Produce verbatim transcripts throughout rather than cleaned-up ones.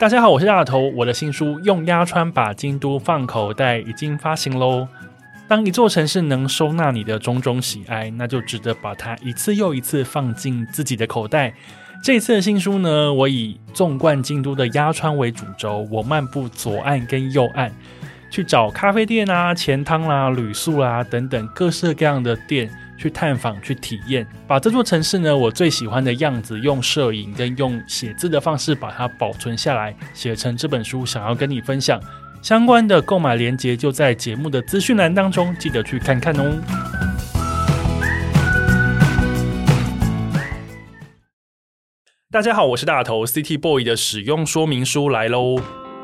大家好，我是大头，我的新书《用鸭川把京都放口袋》已经发行咯。当一座城市能收纳你的种种喜爱，那就值得把它一次又一次放进自己的口袋。这一次的新书呢，我以纵贯京都的鸭川为主轴，我漫步左岸跟右岸，去找咖啡店啊、钱汤啦、旅宿啦等等各式各样的店去探访、去体验，把这座城市呢我最喜欢的样子，用摄影跟用写字的方式把它保存下来，写成这本书，想要跟你分享。相关的购买连结就在节目的资讯栏当中，记得去看看哦。大家好，我是大头 City Boy 的使用说明书来咯。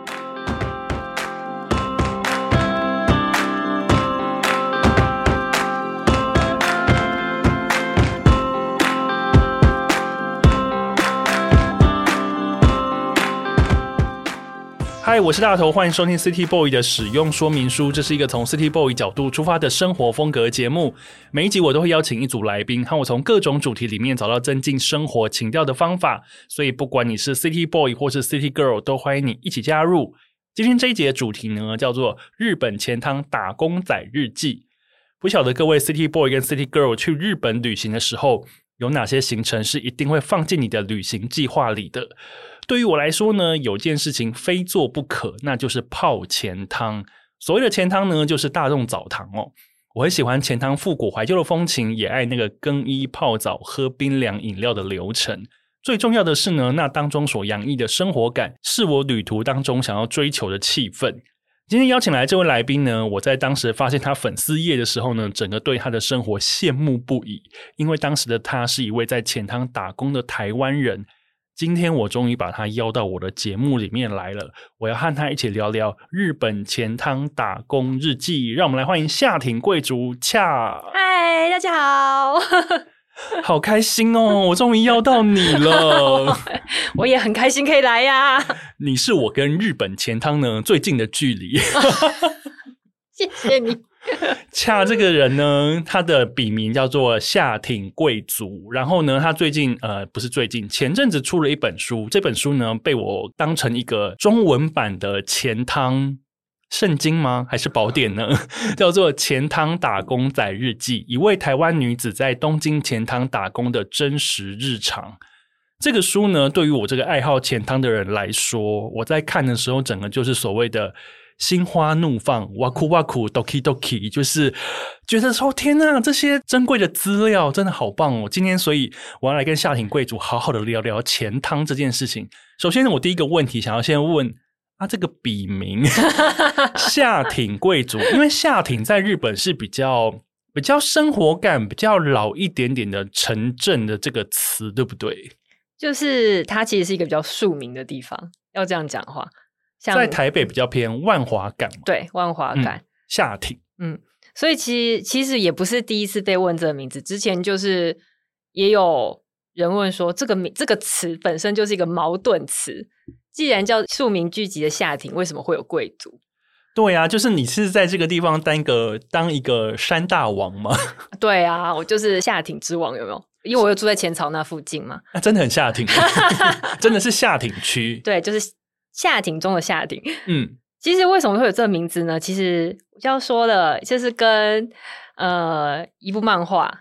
嗨，我是大头，欢迎收听 City Boy 的使用说明书。这是一个从 City Boy 角度出发的生活风格节目。每一集我都会邀请一组来宾，和我从各种主题里面找到增进生活情调的方法。所以不管你是 City Boy 或是 City Girl， 都欢迎你一起加入。今天这一集的主题呢，叫做日本钱汤打工仔日记。不晓得各位 City Boy 跟 City Girl 去日本旅行的时候，有哪些行程是一定会放进你的旅行计划里的？对于我来说呢，有件事情非做不可，那就是泡钱汤。所谓的钱汤呢，就是大众澡堂哦。我很喜欢钱汤复古怀旧的风情，也爱那个更衣泡澡喝冰凉饮料的流程。最重要的是呢，那当中所洋溢的生活感，是我旅途当中想要追求的气氛。今天邀请来这位来宾呢，我在当时发现他粉丝页的时候呢，整个对他的生活羡慕不已，因为当时的他是一位在钱汤打工的台湾人。今天我终于把他邀到我的节目里面来了，我要和他一起聊聊日本钱汤打工日记。让我们来欢迎夏町贵族恰。 嗨，大家好。 好开心哦，我终于邀到你了。 我也很开心可以来呀。 你是我跟日本钱汤呢最近的距离。 谢谢你。 恰这个人呢，他的笔名叫做夏町贵族，然后呢他最近呃不是最近前阵子出了一本书，这本书呢被我当成一个中文版的钱汤圣经吗？还是宝典呢？叫做钱汤打工仔日记，一位台湾女子在东京钱汤打工的真实日常。这个书呢，对于我这个爱好钱汤的人来说，我在看的时候整个就是所谓的心花怒放，哇酷哇酷 doki doki， 就是觉得说天哪，这些珍贵的资料真的好棒哦。今天所以我要来跟夏町贵族好好的聊聊钱汤这件事情。首先我第一个问题想要先问啊，这个笔名夏町贵族，因为夏町在日本是比较比较生活感比较老一点点的城镇的这个词，对不对？ 就是它其实是一个比较庶民的地方，要这样讲话。像在台北比较偏万华感嘛， 对，万华感、嗯、 夏町， 嗯，所以其实其实也不是第一次被问这个名字，之前就是也有人问说，这个这个词本身就是一个矛盾词，既然叫庶民聚集的夏町，为什么会有贵族？ 对啊，就是你是在这个地方当一个当一个山大王吗？对啊，我就是夏町之王，有没有？因为我又住在浅草那附近嘛， 啊、真的很夏町，真的是夏町区， 对，就是夏町中的夏町。 嗯， 其实为什么会有这个名字呢？其实就要说了，就是跟呃一部漫画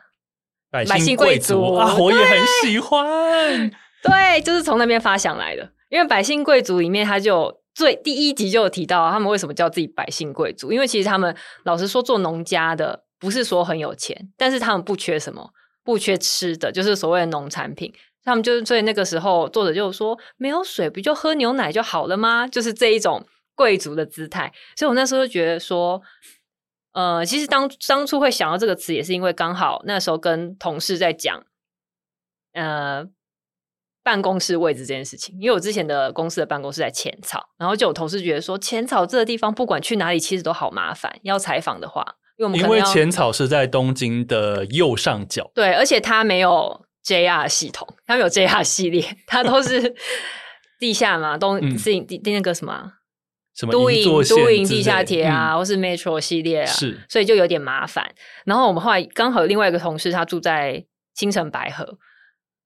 《百姓贵族》啊，我也很喜欢。 对，就是从那边发想来的。因为《百姓贵族》里面，他就最第一集就有提到他们为什么叫自己百姓贵族，因为其实他们老实说做农家的不是说很有钱，但是他们不缺什么，不缺吃的，就是所谓的农产品。他们就是所以那个时候作者就说没有水不就喝牛奶就好了吗？就是这一种贵族的姿态。所以我那时候就觉得说呃，其实当当初会想到这个词也是因为刚好那时候跟同事在讲呃办公室位置这件事情，因为我之前的公司的办公室在浅草，然后就有同事觉得说浅草这个地方不管去哪里其实都好麻烦，要采访的话因为我们可能要， 因为浅草是在东京的右上角， 对，而且它没有J R 系统，他们有 J R 系列，它都是地下嘛，东是、嗯、那个什么什么都营都营地下铁啊、嗯，或是 Metro 系列啊， 是， 所以就有点麻烦。然后我们后来刚好有另外一个同事，他住在青城白河，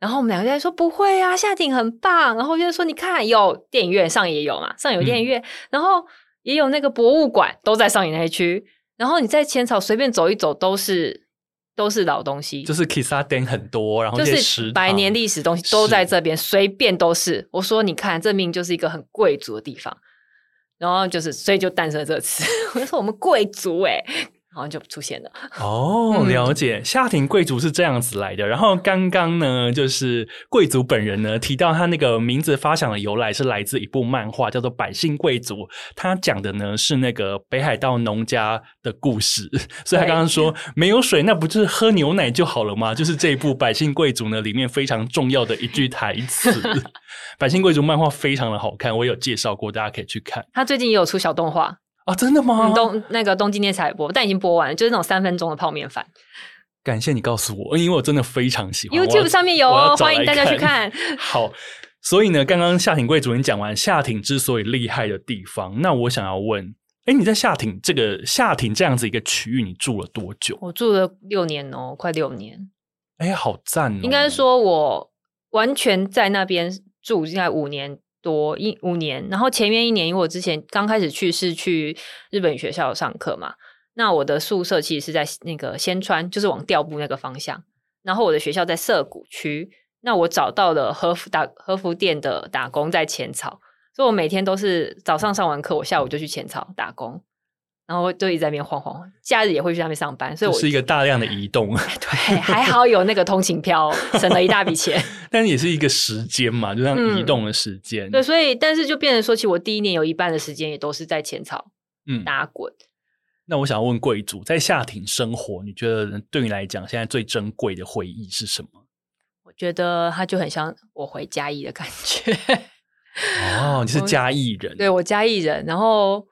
然后我们两个就在说不会啊，夏庭很棒。然后就说你看有电影院，上野也有嘛，上野有电影院、嗯，然后也有那个博物馆，都在上野那一区。然后你在浅草随便走一走，都是都是老东西， 就是 Kissaten 很多，然后就是百年历史东西都在这边，随便都是。我说你看，这明明就是一个很贵族的地方。然后就是，所以就诞生了这个词。我就说我们贵族哎、欸，然后就出现了。 哦，了解，嗯、夏庭贵族是这样子来的。然后刚刚呢，就是贵族本人呢提到他那个名字发想的由来是来自一部漫画，叫做《百姓贵族》。他讲的呢是那个北海道农家的故事，所以他刚刚说没有水，那不就是喝牛奶就好了吗？就是这一部《百姓贵族》呢里面非常重要的一句台词。百姓贵族漫画非常的好看，我有介绍过，大家可以去看。 他最近也有出小动画啊，真的吗？ 嗯、东那个东京电视台播，但已经播完了，就是那种三分钟的泡面番。 感谢你告诉我，因为我真的非常喜欢。 YouTube 上面有哦，欢迎大家去看。 好，所以呢，刚刚夏庭贵族你讲完夏庭之所以厉害的地方，那我想要问，哎，你在夏庭这个夏庭这样子一个区域，你住了多久？ 我住了六年哦，快六年。 哎，好赞哦！ 应该说我完全在那边住应该五年多一五年，然后前面一年因为我之前刚开始去是去日本语学校上课嘛，那我的宿舍其实是在那个仙川，就是往调布那个方向，然后我的学校在涩谷区，那我找到了和服打和服店的打工在浅草，所以我每天都是早上上完课，我下午就去浅草打工，然后就一直在那边晃晃，假日也会去那边上班，所以我是一个大量的移动。 对，还好有那个通勤票，省了一大笔钱。 但也是一个时间嘛，就像移动的时间、嗯。 对，所以但是就变成说，其实我第一年有一半的时间也都是在浅草打滚、嗯。 那我想要问贵族，在夏庭生活，你觉得对你来讲，现在最珍贵的回忆是什么？ 我觉得它就很像我回嘉义的感觉。 哦，你是嘉义人？ 对，我嘉义人，然后。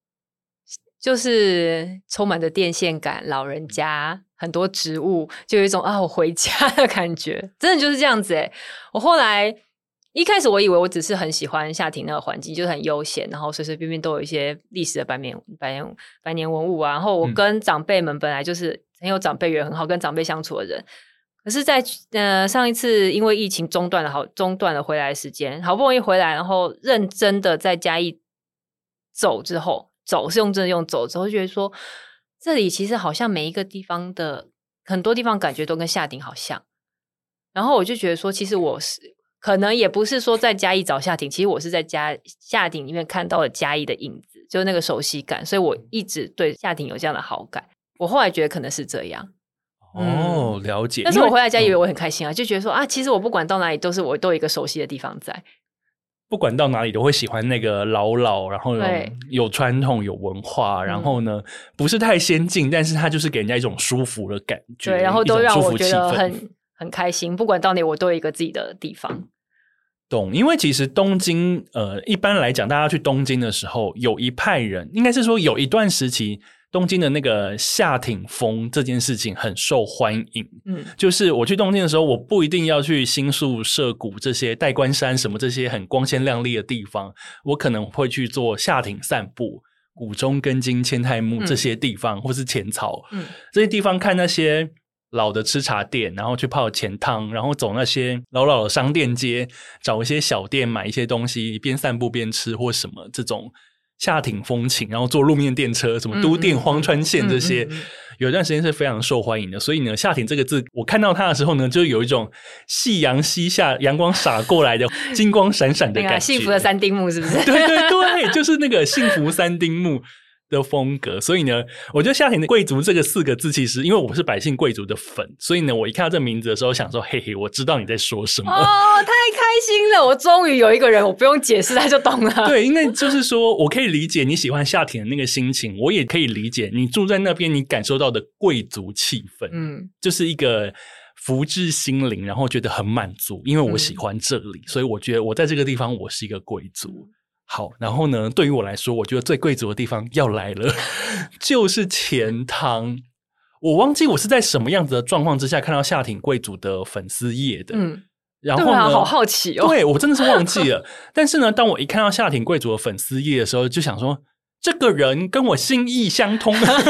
就是充满着电线杆，老人家很多植物，就有一种啊我回家的感觉，真的就是这样子欸。我后来一开始我以为我只是很喜欢夏庭那个环境，就是很悠闲，然后随随便便都有一些历史的百年百年百年文物啊。然后我跟长辈们本来就是很有长辈缘，很好跟长辈相处的人。可是在呃上一次因为疫情中断了好中断了回来的时间，好不容易回来，然后认真的在嘉义走之后。走是用真的用走之后，就觉得说这里其实好像每一个地方的很多地方感觉都跟夏庭好像，然后我就觉得说其实我是可能也不是说在嘉义找夏庭，其实我是在嘉夏庭里面看到了嘉义的影子，就是那个熟悉感，所以我一直对夏庭有这样的好感。我后来觉得可能是这样。 哦，了解。 但是我回来嘉义以为我很开心啊，就觉得说啊，其实我不管到哪里都是我都有一个熟悉的地方在。 不管到哪里都会喜欢那个老老，然后 有, 有传统有文化，然后呢、嗯、不是太先进，但是它就是给人家一种舒服的感觉， 对，然后都让我觉得很很开心，不管到哪里我都有一个自己的地方。 懂，因为其实东京呃，一般来讲大家去东京的时候，有一派人应该是说有一段时期东京的那个夏庭风这件事情很受欢迎，嗯，就是我去东京的时候，我不一定要去新宿、涩谷这些代官山什么这些很光鲜亮丽的地方，我可能会去做夏庭散步、谷中根津、千代木这些地方，嗯、或是浅草，嗯，这些地方看那些老的吃茶店，然后去泡钱汤，然后走那些老老的商店街，找一些小店买一些东西，边散步边吃或什么这种。夏庭风情，然后坐路面电车，什么都电荒川线这些、嗯嗯嗯嗯、有一段时间是非常受欢迎的。所以呢，夏庭这个字我看到它的时候呢，就有一种夕阳西下，阳光洒过来的金光闪闪的感觉、那个、 幸福的三丁目是不是？ 对对对，就是那个幸福三丁目的风格。所以呢，我觉得夏庭的贵族这个四个字，其实因为我是百姓贵族的粉，所以呢，我一看到这名字的时候想说，嘿嘿，我知道你在说什么。 哦，太开心了，我终于有一个人我不用解释他就懂了。 对，因为就是说我可以理解你喜欢夏庭的那个心情，我也可以理解你住在那边你感受到的贵族气氛，嗯，就是一个福至心灵，然后觉得很满足，因为我喜欢这里、嗯、所以我觉得我在这个地方我是一个贵族。好，然后呢，对于我来说，我觉得最贵族的地方要来了，就是钱汤。我忘记我是在什么样子的状况之下看到夏庭贵族的粉丝页的，嗯，然后呢， 对啊，好好奇哦。 对，我真的是忘记了。但是呢，当我一看到夏庭贵族的粉丝页的时候，就想说，这个人跟我心意相通。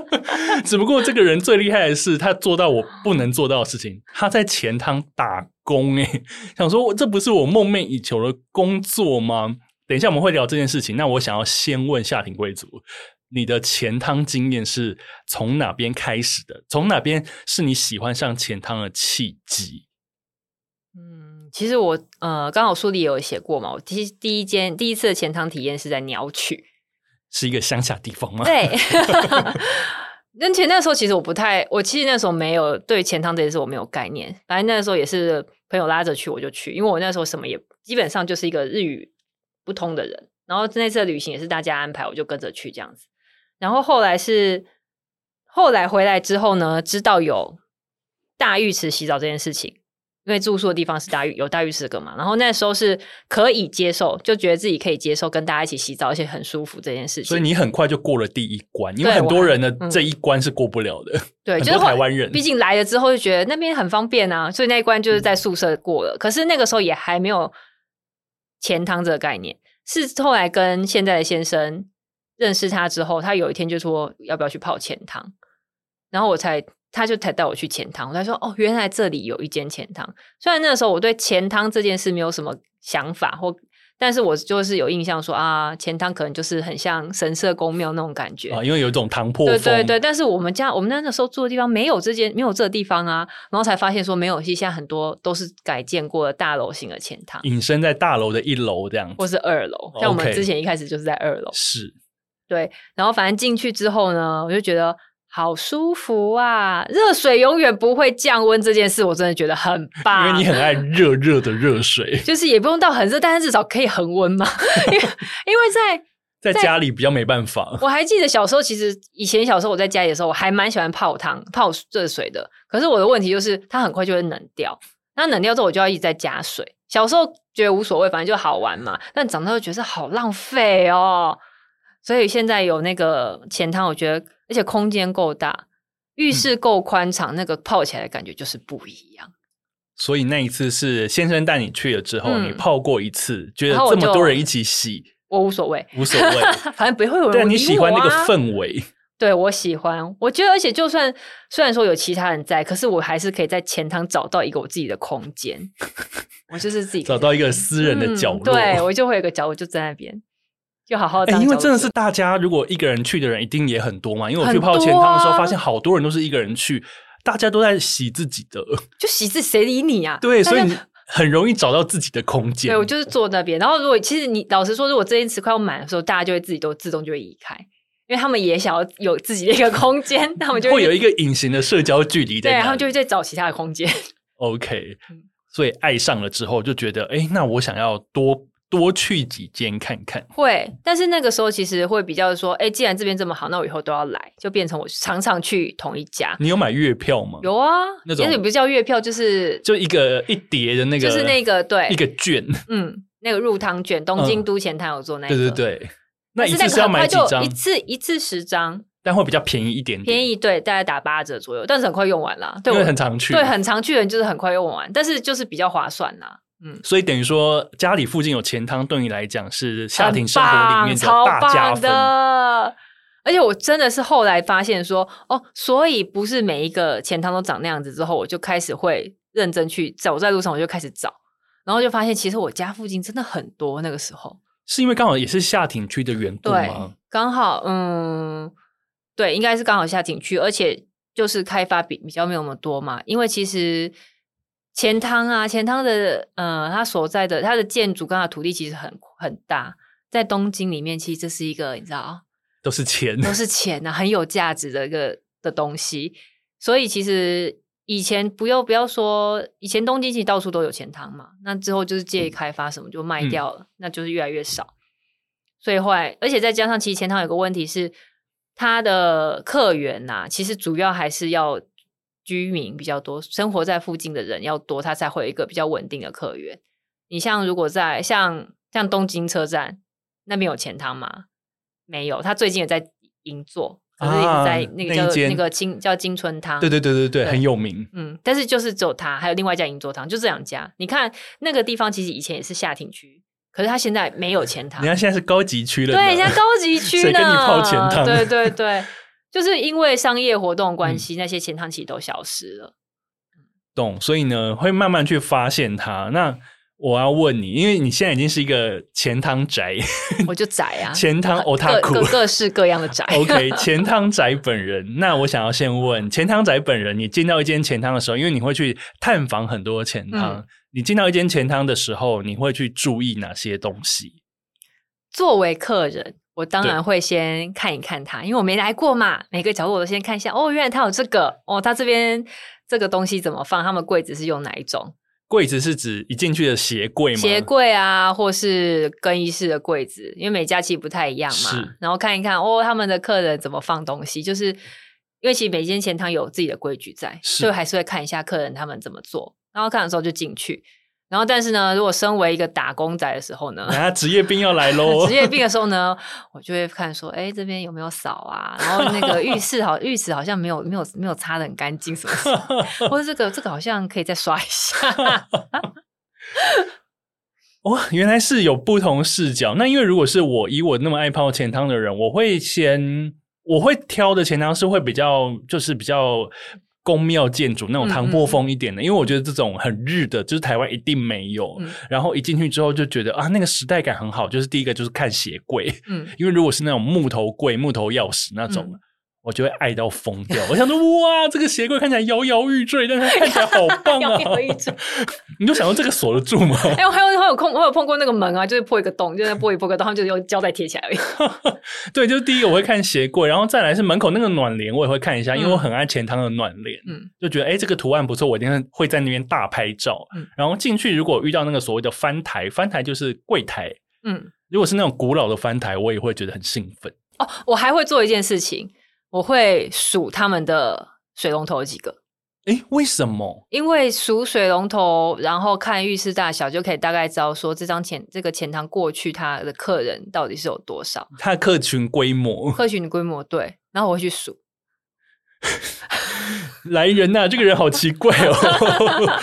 只不过这个人最厉害的是他做到我不能做到的事情，他在钱汤打工耶，想说这不是我梦寐以求的工作吗？等一下我们会聊这件事情，那我想要先问夏庭贵族，你的钱汤经验是从哪边开始的？从哪边是你喜欢上钱汤的契机？ 嗯，其实我呃刚好书里有写过嘛，我第第一间第一次的钱汤体验是在鸟取， 是一个乡下地方吗？ 对。而且那时候其实我不太，我其实那时候没有对钱汤这件事我没有概念，反正那时候也是朋友拉着去我就去，因为我那时候什么也基本上就是一个日语不通的人，然后那次的旅行也是大家安排，我就跟着去这样子。然后后来是后来回来之后呢，知道有大浴池洗澡这件事情，因为住宿的地方是大浴有大浴池的嘛，然后那时候是可以接受，就觉得自己可以接受跟大家一起洗澡，而且很舒服这件事情。 所以你很快就过了第一关，因为很多人的这一关是过不了的。 对， 很多台湾人， 毕竟来了之后就觉得那边很方便啊，所以那一关就是在宿舍过了。嗯、可是那个时候也还没有钱汤这个概念，是后来跟现在的先生认识他之后，他有一天就说要不要去泡钱汤，然后我才他就才带我去钱汤，我才说哦，原来这里有一间钱汤。虽然那个时候我对钱汤这件事没有什么想法，或但是我就是有印象说啊，钱汤可能就是很像神社宫庙那种感觉啊，因为有一种唐破风。 对对对，但是我们家我们那时候住的地方没有这间没有这个地方啊，然后才发现说没有，其实现在很多都是改建过的大楼型的钱汤， 隐身在大楼的一楼这样子， 或是二楼，像我们之前一开始就是在二楼。 是， 对，然后反正进去之后呢，我就觉得好舒服啊！热水永远不会降温这件事，我真的觉得很棒。 因为你很爱热热的热水， 就是也不用到很热，但是至少可以恒温嘛。因为因为在在家里比较没办法。 我还记得小时候，其实以前小时候我在家里的时候，我还蛮喜欢泡汤、泡热水的。可是我的问题就是，它很快就会冷掉。那冷掉之后，我就要一直在加水。小时候觉得无所谓，反正就好玩嘛。但长大就觉得好浪费哦。所以现在有那个钱汤，我觉得而且空间够大，浴室够宽敞，嗯、那个泡起来的感觉就是不一样。 所以那一次是先生带你去了之后，嗯、你泡过一次，觉得这么多人一起洗， 我无所谓， 无所谓， 反正不会有人理我啊。 但你喜欢那个氛围， 对我喜欢。我觉得，而且就算虽然说有其他人在，可是我还是可以在钱汤找到一个我自己的空间，我就是自己找到一个私人的角落。嗯、 对我就会有个角落，就在那边。就好好的、 欸，因为真的是大家如果一个人去的人一定也很多嘛，因为我去泡钱汤的时候发现好多人都是一个人去，大家都在洗自己的， 就洗自己谁理你啊？ 对，所以你很容易找到自己的空间。 对，我就是坐那边，然后如果其实你老实说，如果这件池快要满的时候，大家就会自己都自动就会移开，因为他们也想要有自己的一个空间，他们就 会, 会有一个隐形的社交距离在那， 对，他们就会再找其他的空间。 OK， 所以爱上了之后就觉得，哎、欸，那我想要多。多去几间看看， 会，但是那个时候其实会比较说，哎、欸，既然这边这么好，那我以后都要来，就变成我常常去同一家。 你有买月票吗？ 有啊， 那种也不叫月票，就是就一个一叠的那个， 就是那个对一个券， 嗯，那个入汤券，东京都钱汤有做那个， 嗯、对对对。那一次是要买几张？ 一次一次十张， 但会比较便宜一点点， 便宜对，大概打八折左右，但是很快用完了，对， 因为很常去， 对，很常去的人就是很快用完，但是就是比较划算啦。嗯， 所以等于说家里附近有钱汤，对你来讲是夏庭生活里面的大加分的。而且我真的是后来发现说，哦，所以不是每一个钱汤都长那样子。之后我就开始会认真去走在路上，我就开始找，然后就发现其实我家附近真的很多。那个时候是因为刚好也是夏庭区的缘故吗？ 对，刚好，嗯，对，应该是刚好夏庭区，而且就是开发比比较没有那么多嘛，因为其实。钱汤啊，钱汤的呃，它所在的它的建筑跟它的土地其实很很大，在东京里面，其实这是一个你知道， 都是钱， 都是钱啊，很有价值的一个的东西。所以其实以前不要不要说，以前东京其实到处都有钱汤嘛，那之后就是借意开发什么就卖掉了，嗯、那就是越来越少。所以后来，而且再加上其实钱汤有个问题是，它的客源呐、啊，其实主要还是要。居民比较多，生活在附近的人要多，他才会有一个比较稳定的客源。你像如果在像像东京车站那边有钱汤吗？没有，他最近也在银座，可是也在那个叫、啊、那, 那个金叫金春汤， 对对对对 对, 对，很有名。 嗯，但是就是只有他，还有另外一家银座汤，就这两家。你看那个地方其实以前也是夏庭区，可是他现在没有钱汤。 你看现在是高级区了， 对，现在高级区呢， 谁跟你泡钱汤？ 对对对。 就是因为商业活动的关系、嗯、那些钱汤其实都消失了。 懂，所以呢会慢慢去发现它。那我要问你，因为你现在已经是一个钱汤宅， 我就宅啊， 钱汤 otaku 各, 各, 各式各样的宅。 OK， 钱汤宅本人，那我想要先问钱汤宅本人，你进到一间钱汤的时候，因为你会去探访很多钱汤、嗯，你进到一间钱汤的时候，你会去注意哪些东西？ 作为客人，我当然会先看一看它，因为我没来过嘛，每个角落我都先看一下。哦，原来它有这个，哦，它这边这个东西怎么放？他们柜子是用哪一种？ 柜子是指一进去的鞋柜吗？ 鞋柜啊，或是更衣室的柜子，因为每家其实不太一样嘛。然后看一看哦，他们的客人怎么放东西，就是因为其实每间钱汤有自己的规矩在，所以还是会看一下客人他们怎么做。然后看的时候就进去。然后但是呢，如果身为一个打工仔的时候呢， 啊，职业病要来咯。 职业病的时候呢，我就会看说，哎，这边有没有扫啊？然后那个浴室好，浴池好像没有没有没有擦得很干净什么什么，或者这个这个好像可以再刷一下。 哇，原来是有不同视角。那因为如果是我以我那么爱泡钱汤的人，我会先我会挑的钱汤是会比较就是比较宫庙建筑那种唐波风一点的、嗯嗯、因为我觉得这种很日的就是台湾一定没有、嗯、然后一进去之后就觉得啊那个时代感很好，就是第一个就是看鞋柜、嗯、因为如果是那种木头柜木头钥匙那种、嗯我就会爱到疯掉，我想说哇这个鞋柜看起来摇摇欲坠，但是它看起来好棒啊，摇摇欲坠你就想说这个锁得住吗？ 哎、欸，我还有还有碰我有碰过那个门啊，就是破一个洞，就是玻璃破个洞，他们就用胶带贴起来而已对，就是第一个我会看鞋柜，然后再来是门口那个暖帘我也会看一下、嗯、因为我很爱钱汤的暖帘、嗯、就觉得哎、欸、这个图案不错，我一定会在那边大拍照、嗯、然后进去如果遇到那个所谓的翻台，翻台就是柜台，嗯，如果是那种古老的翻台我也会觉得很兴奋哦。我还会做一件事情，我会数他们的水龙头有几个。 诶，为什么？ 因为数水龙头然后看浴室大小就可以大概知道说这张钱这个钱汤过去他的客人到底是有多少， 他的客群规模客群规模对，然后我会去数来人啊，这个人好奇怪哦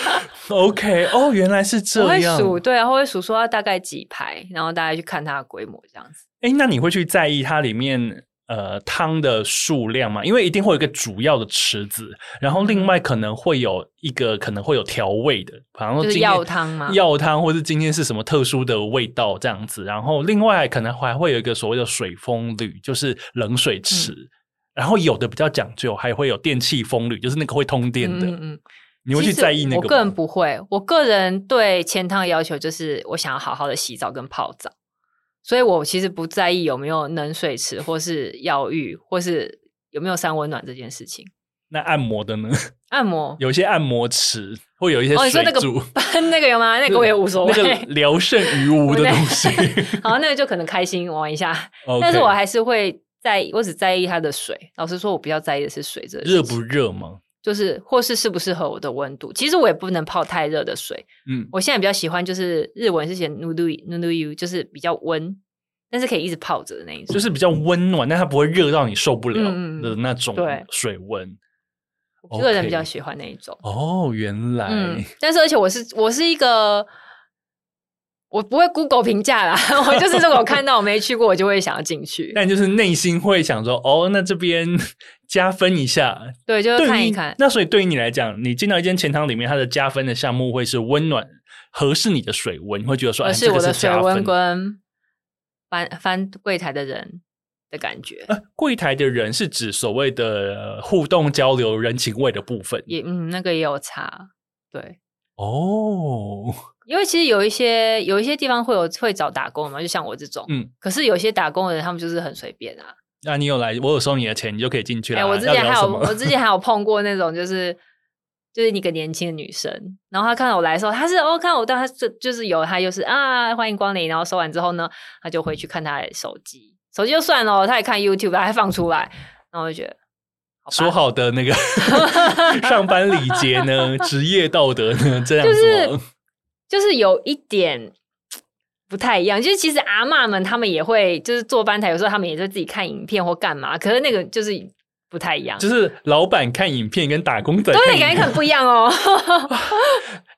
OK 哦，原来是这样。 我会数，对啊，我会数说他大概几排，然后大概去看他的规模这样子。 诶，那你会去在意它里面呃，汤的数量嘛，因为一定会有一个主要的池子，然后另外可能会有一个可能会有调味的，比方说就是药汤嘛， 药汤或是今天是什么特殊的味道这样子，然后另外可能还会有一个所谓的水风吕，就是冷水池、嗯、然后有的比较讲究还会有电气风吕，就是那个会通电的。嗯嗯嗯，你会去在意那个吗？ 我个人不会，我个人对钱汤的要求就是我想要好好的洗澡跟泡澡，所以我其实不在意有没有冷水池或是药浴或是有没有三温暖这件事情。 那按摩的呢？ 按摩有一些按摩池会有一些水柱、哦、你说那个那个有吗？那个我也无所谓， 那个聊胜于无的东西好，那个就可能开心玩一下、okay. 但是我还是会在意，我只在意它的水。老实说我比较在意的是水这个事情， 热不热吗？ 就是或是适不适合我的温度。其实我也不能泡太热的水，嗯，我现在比较喜欢就是日文是写 nuruyu， 就是比较温但是可以一直泡着的那一种， 就是比较温暖但它不会热到你受不了的那种水温、嗯、 我个人比较喜欢那一种。 哦，原来、嗯、 但是而且我是我是一个我不会 Google 评价啦我就是如果看到我没去过我就会想要进去， 但就是内心会想说哦那这边加分一下， 对，就是看一看。 那所以对于你来讲，你进到一间钱汤里面它的加分的项目会是温暖合适你的水温，你会觉得说合适我的水温跟翻翻柜台的人的感觉、 呃、柜台的人是指所谓的互动交流人情味的部分， 也嗯那个也有差，对哦。 因为其实有一些有一些地方会有会找打工嘛，就像我这种，嗯，可是有些打工的人他们就是很随便啊。 那你有来，我有收你的钱，你就可以进去了、 欸。我之前还有我之前还有碰过那种，就是就是一个年轻的女生，然后她看到我来的时候，她是哦看我，但她就就是有她就是啊欢迎光临，然后收完之后呢，她就回去看她的手机，手机就算了，她也看 YouTube， 她还放出来，然后我就觉得。 好说好的那个上班礼节呢职业道德呢这样子吗？ 就是就是有一点不太一样，就是其实阿嬷们他们也会就是坐班台，有时候他们也是自己看影片或干嘛，可是那个就是不太一样， 就是老板看影片跟打工仔对感觉很不一样哦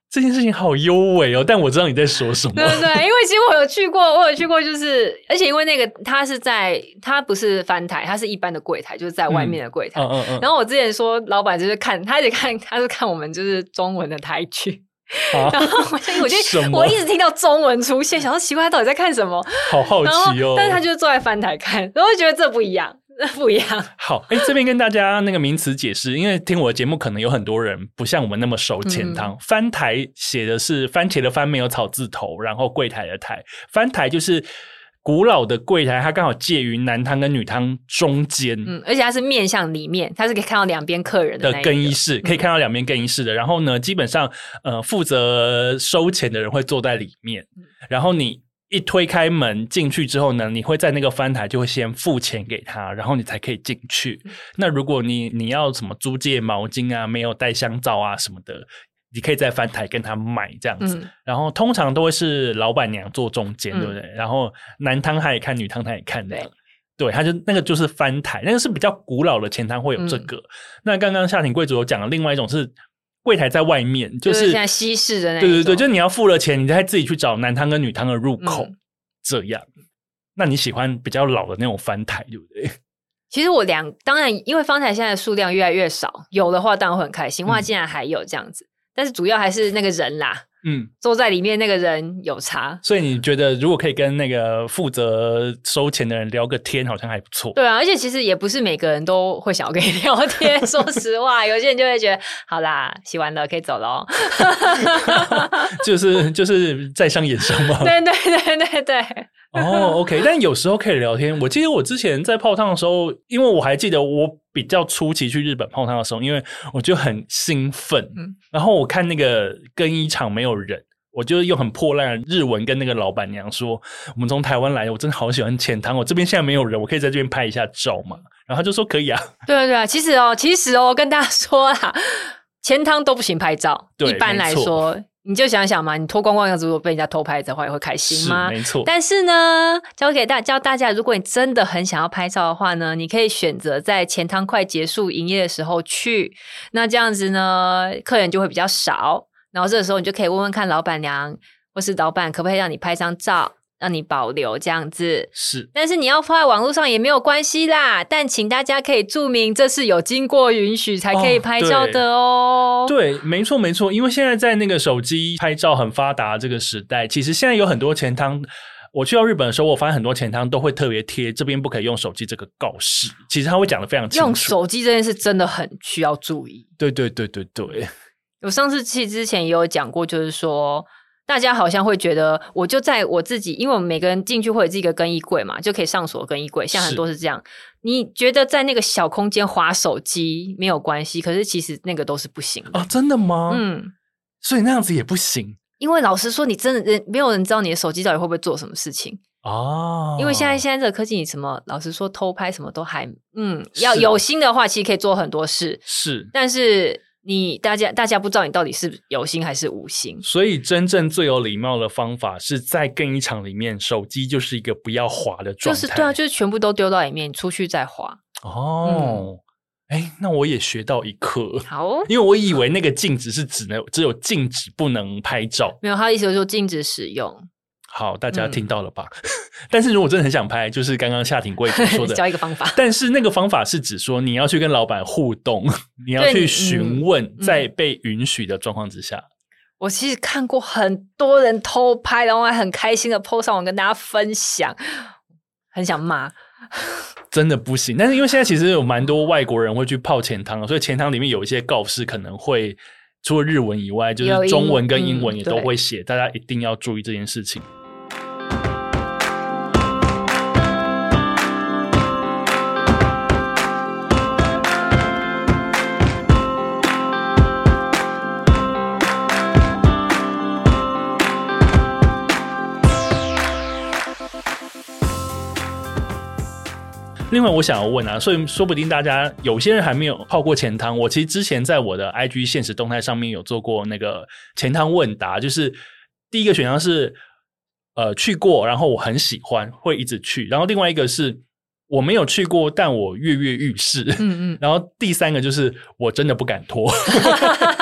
这件事情好优美哦，但我知道你在说什么。 对对对，因为其实我有去过，我有去过，就是而且因为那个他是在，他不是翻台，他是一般的柜台，就是在外面的柜台。嗯嗯嗯。然后我之前说，老板就是看，他一直看，他是看我们就是中文的台剧。啊、然后我就我就我一直听到中文出现，想说奇怪他到底在看什么， 好好奇哦。 但是他就是坐在翻台看，然后我觉得这不一样，这不一样。 好，哎，这边跟大家那个名词解释，因为听我的节目可能有很多人不像我们那么熟钱汤。嗯、翻台写的是番茄的番没有草字头，然后柜台的台，翻台就是古老的柜台，它刚好介于男汤跟女汤中间， 嗯，而且它是面向里面，它是可以看到两边客人的的更衣室，可以看到两边更衣室的。嗯、然后呢，基本上呃负责收钱的人会坐在里面，嗯、然后你一推开门进去之后呢，你会在那个翻台就会先付钱给他，然后你才可以进去。嗯、那如果你你要什么租借毛巾啊，没有带香皂啊什么的。你可以在翻台跟他买这样子，嗯、然后通常都会是老板娘坐中间，嗯、对不对？然后男汤他也看，女汤他也看的，对，对，他就那个就是翻台，那个是比较古老的钱汤会有这个。嗯、那刚刚夏庭贵族有讲的另外一种是柜台在外面，就是、 就是现在西式的那种， 对对对，就是你要付了钱，你再自己去找男汤跟女汤的入口，嗯、这样。那你喜欢比较老的那种翻台，对不对？ 其实我两当然，因为翻台现在的数量越来越少，有的话当然会很开心，哇，竟然还有这样子。但是主要还是那个人啦，嗯，坐在里面那个人有差。 所以你觉得如果可以跟那个负责收钱的人聊个天，好像还不错。 对啊，而且其实也不是每个人都会想要跟你聊天。说实话，有些人就会觉得，好啦，洗完了可以走咯。 就是就是在商言商嘛。 对对对对对。 哦 ，OK， 但有时候可以聊天。我记得我之前在泡汤的时候，因为我还记得我比较初期去日本泡汤的时候，因为我就很兴奋，嗯、然后我看那个更衣场没有人，我就用很破烂的日文跟那个老板娘说：“我们从台湾来的，我真的好喜欢钱汤，我这边现在没有人，我可以在这边拍一下照嘛？”然后他就说：“可以啊。” 对啊对啊，其实哦，其实哦，跟大家说啦，钱汤都不行拍照，一般来说。你就想想嘛，你脱光光样子，如果被人家偷拍的话，也会开心吗？ 是没错。 但是呢，教给大教大家，如果你真的很想要拍照的话呢，你可以选择在钱汤快结束营业的时候去。那这样子呢，客人就会比较少。然后这个时候，你就可以问问看老板娘或是老板，可不可以让你拍张照，让你保留这样子。 是。但是你要放在网络上也没有关系啦。但请大家可以注明，这是有经过允许才可以拍照的哦。 对，对没错没错。因为现在在那个手机拍照很发达这个时代，其实现在有很多钱汤。我去到日本的时候，我发现很多钱汤都会特别贴这边不可以用手机这个告示。其实他会讲得非常清楚。 用手机这件事真的很需要注意。 对对对对对。 我上次去之前也有讲过，就是说。大家好像会觉得，我就在我自己，因为我们每个人进去会有自己一个更衣柜嘛，就可以上锁更衣柜，像很多是这样。你觉得在那个小空间滑手机没有关系，可是其实那个都是不行的啊！真的吗？嗯，所以那样子也不行。 因为老实说，你真的人没有人知道你的手机到底会不会做什么事情哦。因为现在现在这个科技，你什么老实说偷拍什么都还嗯，要有心的话，其实可以做很多事。 是， 但是。你大家大家不知道你到底是有心还是无心， 所以真正最有礼貌的方法是在更衣场里面，手机就是一个不要滑的状态。 就是对啊，就是全部都丢到里面，出去再滑。 哦，哎、嗯，那我也学到一课。 好、哦， 因为我以为那个禁止是只能只有禁止不能拍照， 没有，他的意思就是说禁止使用。 好，大家听到了吧？嗯、但是如果真的很想拍，就是刚刚夏庭贵族说的， 教一个方法。 但是那个方法是指说，你要去跟老板互动，你要去询问，在被允许的状况之下。嗯、 我其实看过很多人偷拍，然后还很开心的 po 上网跟大家分享，很想骂。 真的不行。但是因为现在其实有蛮多外国人会去泡钱汤，所以钱汤里面有一些告示可能会除了日文以外，就是中文跟英文也都会写，嗯、大家一定要注意这件事情。另外我想要问啊，所以说不定大家有些人还没有泡过钱汤，我其实之前在我的 I G 限时动态上面有做过那个钱汤问答，就是第一个选项是呃去过，然后我很喜欢会一直去，然后另外一个是我没有去过但我跃跃欲试，嗯嗯，然后第三个就是我真的不敢脱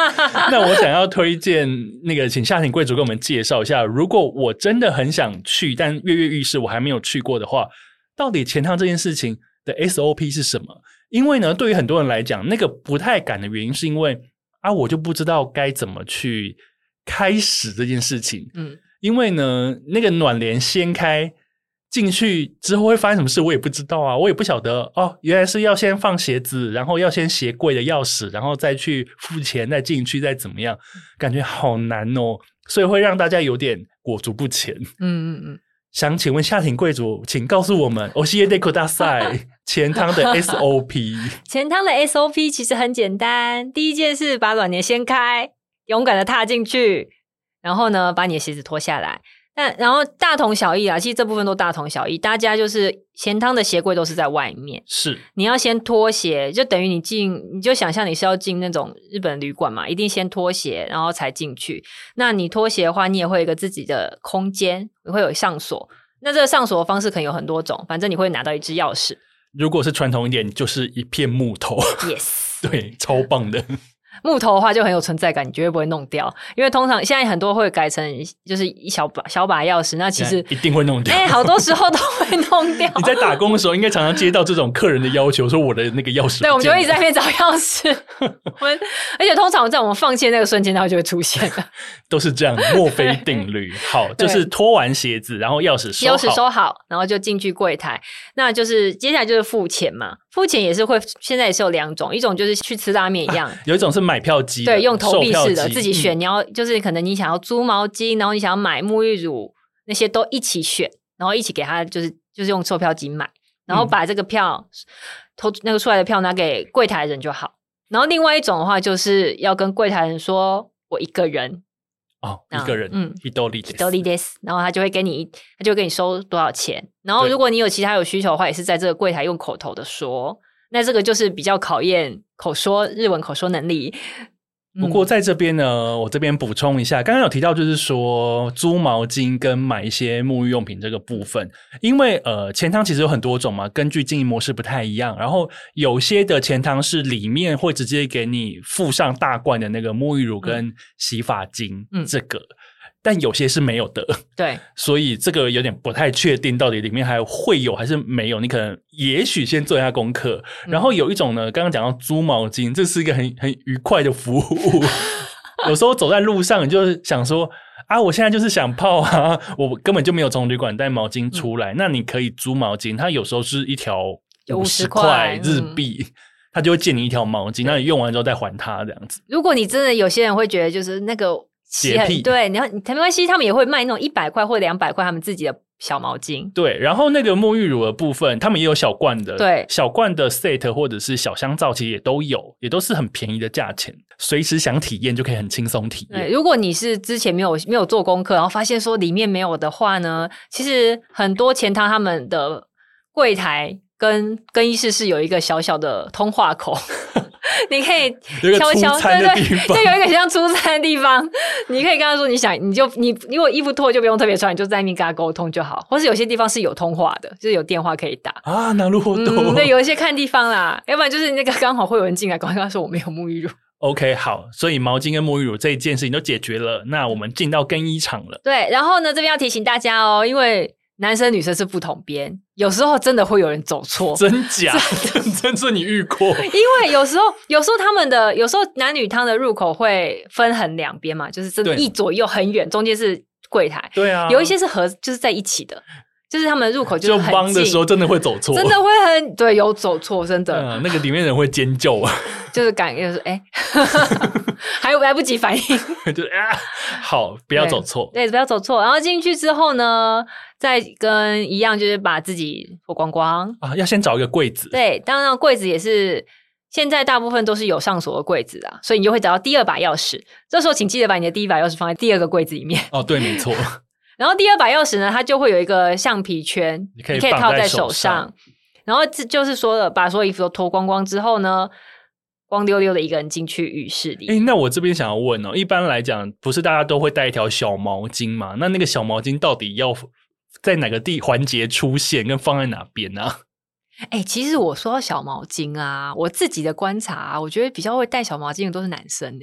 那我想要推荐那个，请夏庭贵族给我们介绍一下，如果我真的很想去，但跃跃欲试我还没有去过的话，到底钱汤这件事情的 S O P 是什么？因为呢，对于很多人来讲，那个不太敢的原因是因为啊，我就不知道该怎么去开始这件事情。嗯，因为呢，那个暖帘掀开进去之后会发生什么事我也不知道啊，我也不晓得哦，原来是要先放鞋子，然后要先鞋柜的钥匙，然后再去付钱，再进去，再怎么样，感觉好难哦，所以会让大家有点裹足不前。嗯嗯嗯，想请问夏庭贵族，请告诉我们教えてください钱汤的 S O P。 钱汤的 S O P 其实很简单，第一件事把暖帘掀开，勇敢的踏进去，然后呢把你的鞋子脱下来。但然后大同小异啊，其实这部分都大同小异，大家就是钱汤的鞋柜都是在外面， 是你要先脱鞋，就等于你进，你就想象你是要进那种日本旅馆嘛，一定先脱鞋然后才进去。那你脱鞋的话，你也会有一个自己的空间，你会有上锁，那这个上锁的方式可能有很多种，反正你会拿到一支钥匙， 如果是传统一点就是一片木头。 Yes 对，超棒的。 木头的话就很有存在感，你绝对不会弄掉，因为通常现在很多会改成就是一小把小把钥匙，那其实一定会弄掉。 哎、欸，好多时候都会弄掉。 你在打工的时候应该常常接到这种客人的要求，说我的那个钥匙不见了。 对，我们就会一直在那边找钥匙。我们而且通常在我们放弃那个瞬间，它就会出现了。 都是这样，墨菲定律。好，就是脱完鞋子，然后钥匙收好， 钥匙收好，然后就进去柜台。那就是接下来就是付钱嘛。付钱也是会，现在也是有两种，一种就是去吃拉面一样，啊、 有一种是买票机的， 对，用投币式的自己选、 嗯。 你要就是可能你想要租毛巾，然后你想要买沐浴乳，那些都一起选，然后一起给他就是就是用售票机买，然后把这个票、嗯、投那个出来的票拿给柜台人就好。然后另外一种的话，就是要跟柜台人说我一个人。 哦，一个人， 嗯， 一斗利， 一斗利 des， 然后他就会给你，他就会给你收多少钱。然后如果你有其他有需求的话，也是在这个柜台用口头的说。那这个就是比较考验口说日文口说能力。 不过在这边呢，我这边补充一下，刚刚有提到就是说租毛巾跟买一些沐浴用品这个部分，因为呃钱汤其实有很多种嘛，根据经营模式不太一样，然后有些的钱汤是里面会直接给你附上大罐的那个沐浴乳跟洗发精、嗯、这个，但有些是没有的， 对， 所以这个有点不太确定到底里面还会有还是没有，你可能也许先做一下功课、嗯、然后有一种呢，刚刚讲到租毛巾，这是一个很很愉快的服务有时候走在路上你就想说啊，我现在就是想泡啊，我根本就没有从旅馆带毛巾出来、嗯、那你可以租毛巾，它有时候是一条五十块日币、嗯，他就会借你一条毛巾，那你用完之后再还他这样子。 如果你真的有些人会觉得就是那个洁癖， 对，你没关系，他们也会卖那种一百块或两百块他们自己的小毛巾。 对，然后那个沐浴乳的部分，他们也有小罐的， 对， 小罐的 set 或者是小香皂，其实也都有，也都是很便宜的价钱，随时想体验就可以很轻松体验。 对，如果你是之前没有没有做功课，然后发现说里面没有的话呢，其实很多钱汤他们的柜台跟更衣室是有一个小小的通话口。你可以悄悄，对对，就有一个像出餐的地方，你可以跟他说你想，你就你如果衣服脱就不用特别穿，你就在那边跟他沟通就好。或是有些地方是有通话的，就是有电话可以打啊，なるほど。 嗯，对，有一些看地方啦，要不然就是那个刚好会有人进来，赶快跟他说我没有沐浴乳。 OK， 好，所以毛巾跟沐浴乳这一件事情都解决了，那我们进到更衣场了。 对，然后呢，这边要提醒大家哦，因为男生女生是不同边，有时候真的会有人走错。 真假？真是你遇过？ 因为有时候有时候他们的有时候男女汤的入口会分横两边嘛，就是真的一左右很远，中间是柜台。 对啊， 有一些是合就是在一起的，就是他们的入口就是很近， 就帮的时候真的会走错， 真的会很对，有走错，真的、 嗯、那个里面人会尖叫啊， 就是感觉是哎，还来不及反应， 就是啊，好，不要走错， 对，对，不要走错。然后进去之后呢，再跟一样，就是把自己脱光光啊，要先找一个柜子。 对，当然柜子也是现在大部分都是有上锁的柜子啊，所以你就会找到第二把钥匙。这时候请记得把你的第一把钥匙放在第二个柜子里面。 哦，对，没错。 然后第二把钥匙呢，它就会有一个橡皮圈， 你可以你可以套在手手上。 然后这就是说了，把所有衣服都脱光光之后呢，光溜溜的一个人进去浴室里。 诶，那我这边想要问哦，一般来讲，不是大家都会带一条小毛巾吗？那那个小毛巾到底要在哪个地环节出现，跟放在哪边呢、啊？ 哎、欸，其实我说到小毛巾啊，我自己的观察、啊，我觉得比较会带小毛巾的都是男生哎、欸。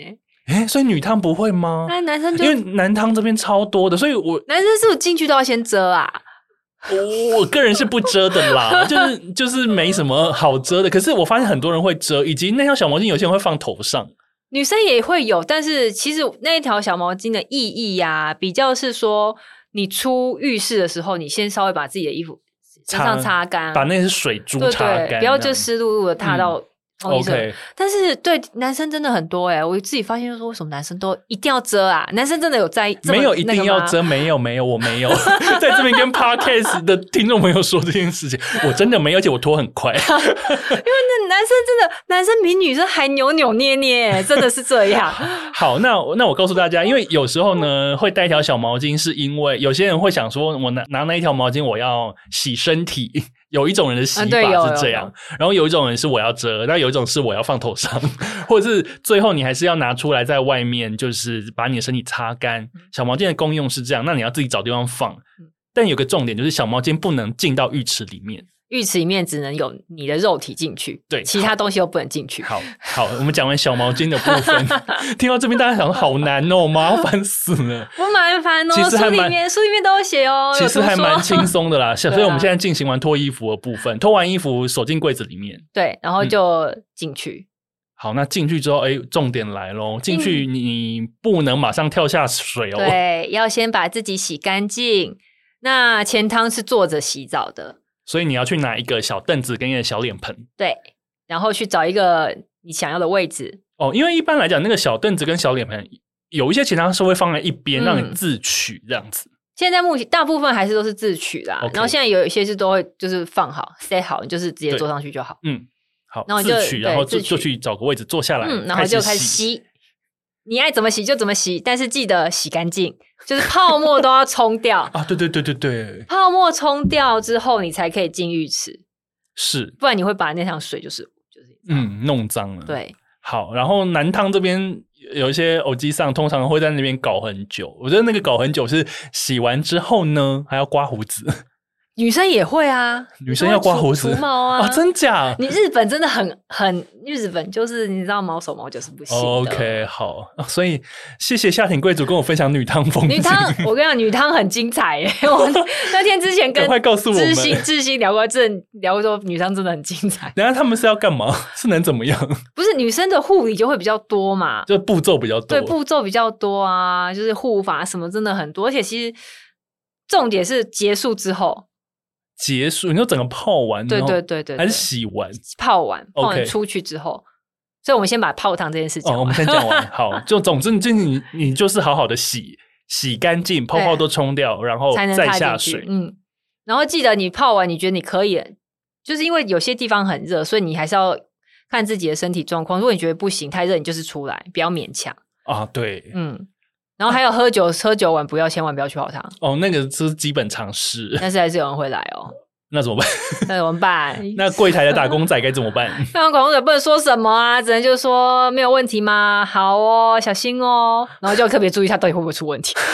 哎，所以女汤不会吗？ 那男生就因为男汤这边超多的，所以我男生是不是进去都要先遮啊？ 我我个人是不遮的啦，就是就是没什么好遮的。可是我发现很多人会遮，以及那条小毛巾有些人会放头上。 女生也会有，但是其实那一条小毛巾的意义呀、啊，比较是说你出浴室的时候，你先稍微把自己的衣服身上擦干， 把那些水珠擦干， 对对，不要就湿漉漉的踏到。嗯 OK， 但是对男生真的很多哎、欸，我自己发现说，为什么男生都一定要遮啊？男生真的有在意？ 没有一定要遮，没有没有，我没有在这边跟 Podcast 的听众朋友说这件事情，我真的没有，而且我拖很快。因为那男生真的，男生比女生还扭扭捏捏，真的是这样。 好，那那我告诉大家，因为有时候呢会带一条小毛巾，是因为有些人会想说，我拿拿那一条毛巾我要洗身体。有一种人的洗法是这样，嗯、然后有一种人是我要遮，那有一种是我要放头上，或者是最后你还是要拿出来在外面，就是把你的身体擦干。小毛巾的功用是这样，那你要自己找地方放。但有个重点就是小毛巾不能进到浴池里面， 浴池里面只能有你的肉体进去， 对， 其他东西都不能进去。 好，好，我们讲完小毛巾的部分，听到这边大家想说好难哦，麻烦死了。 不麻烦哦， 其实还蛮书里面书里面都有写哦， 其实还蛮轻松的啦。所以我们现在进行完脱衣服的部分，脱完衣服锁进柜子里面， 对，然后就进去。 嗯、好，那进去之后，哎，重点来咯，进去你不能马上跳下水哦， 对，要先把自己洗干净。那钱汤是坐着洗澡的， 所以你要去拿一个小凳子跟一个小脸盆， 对，然后去找一个你想要的位置。 哦，因为一般来讲，那个小凳子跟小脸盆有一些钱汤是会放在一边，嗯、让你自取这样子。 现在目前大部分还是都是自取啦， okay. 然后现在有一些是都会就是放好 set 好，你就是直接坐上去就好。 嗯，好， 然后自取，然后就就去找个位置坐下来， 嗯，然后就开始洗。你爱怎么洗就怎么洗，但是记得洗干净，就是泡沫都要冲掉啊！对对对对对， 泡沫冲掉之后，你才可以进浴池， 是， 不然你会把那趟水就是就是嗯弄脏了。 对， 好，然后男汤这边有一些偶机上通常会在那边搞很久，我觉得那个搞很久是洗完之后呢还要刮胡子。 女生也会啊， 女生要刮胡子、 除毛啊， 哦、真假？ 你日本真的很很日本就是你知道毛手毛脚是不行的。 OK， 好，所以谢谢夏町贵族跟我分享女汤风景。 女汤，我跟你讲，女汤很精彩耶！我那天之前跟快告诉我们知心知心聊过，真聊过说女汤真的很精彩。 等一下他们是要干嘛？是能怎么样？ 不是女生的护理就会比较多嘛， 就步骤比较多， 对，步骤比较多啊，就是护发什么真的很多，而且其实重点是结束之后。 结束，你说整个泡完， 对对对 对, 对， 还是洗完？ 泡完，泡完 okay. 出去之后，所以我们先把泡汤这件事讲完。 哦，我们先讲完。好，就总之就你你就是好好的洗洗干净，泡泡都冲掉，然后再下水。 嗯，然后记得你泡完，你觉得你可以，就是因为有些地方很热，所以你还是要看自己的身体状况。如果你觉得不行，太热，你就是出来，不要勉强啊。对， 嗯。然后还有喝酒，喝酒完不要，千万不要去泡汤哦，那个是基本常识。 但是还是有人会来哦， 那怎么办？ 那怎么办？ 那柜台的打工仔该怎么办？ 那打工仔不能说什么啊，只能就说没有问题吗？好哦，小心哦，然后就要特别注意他到底会不会出问题。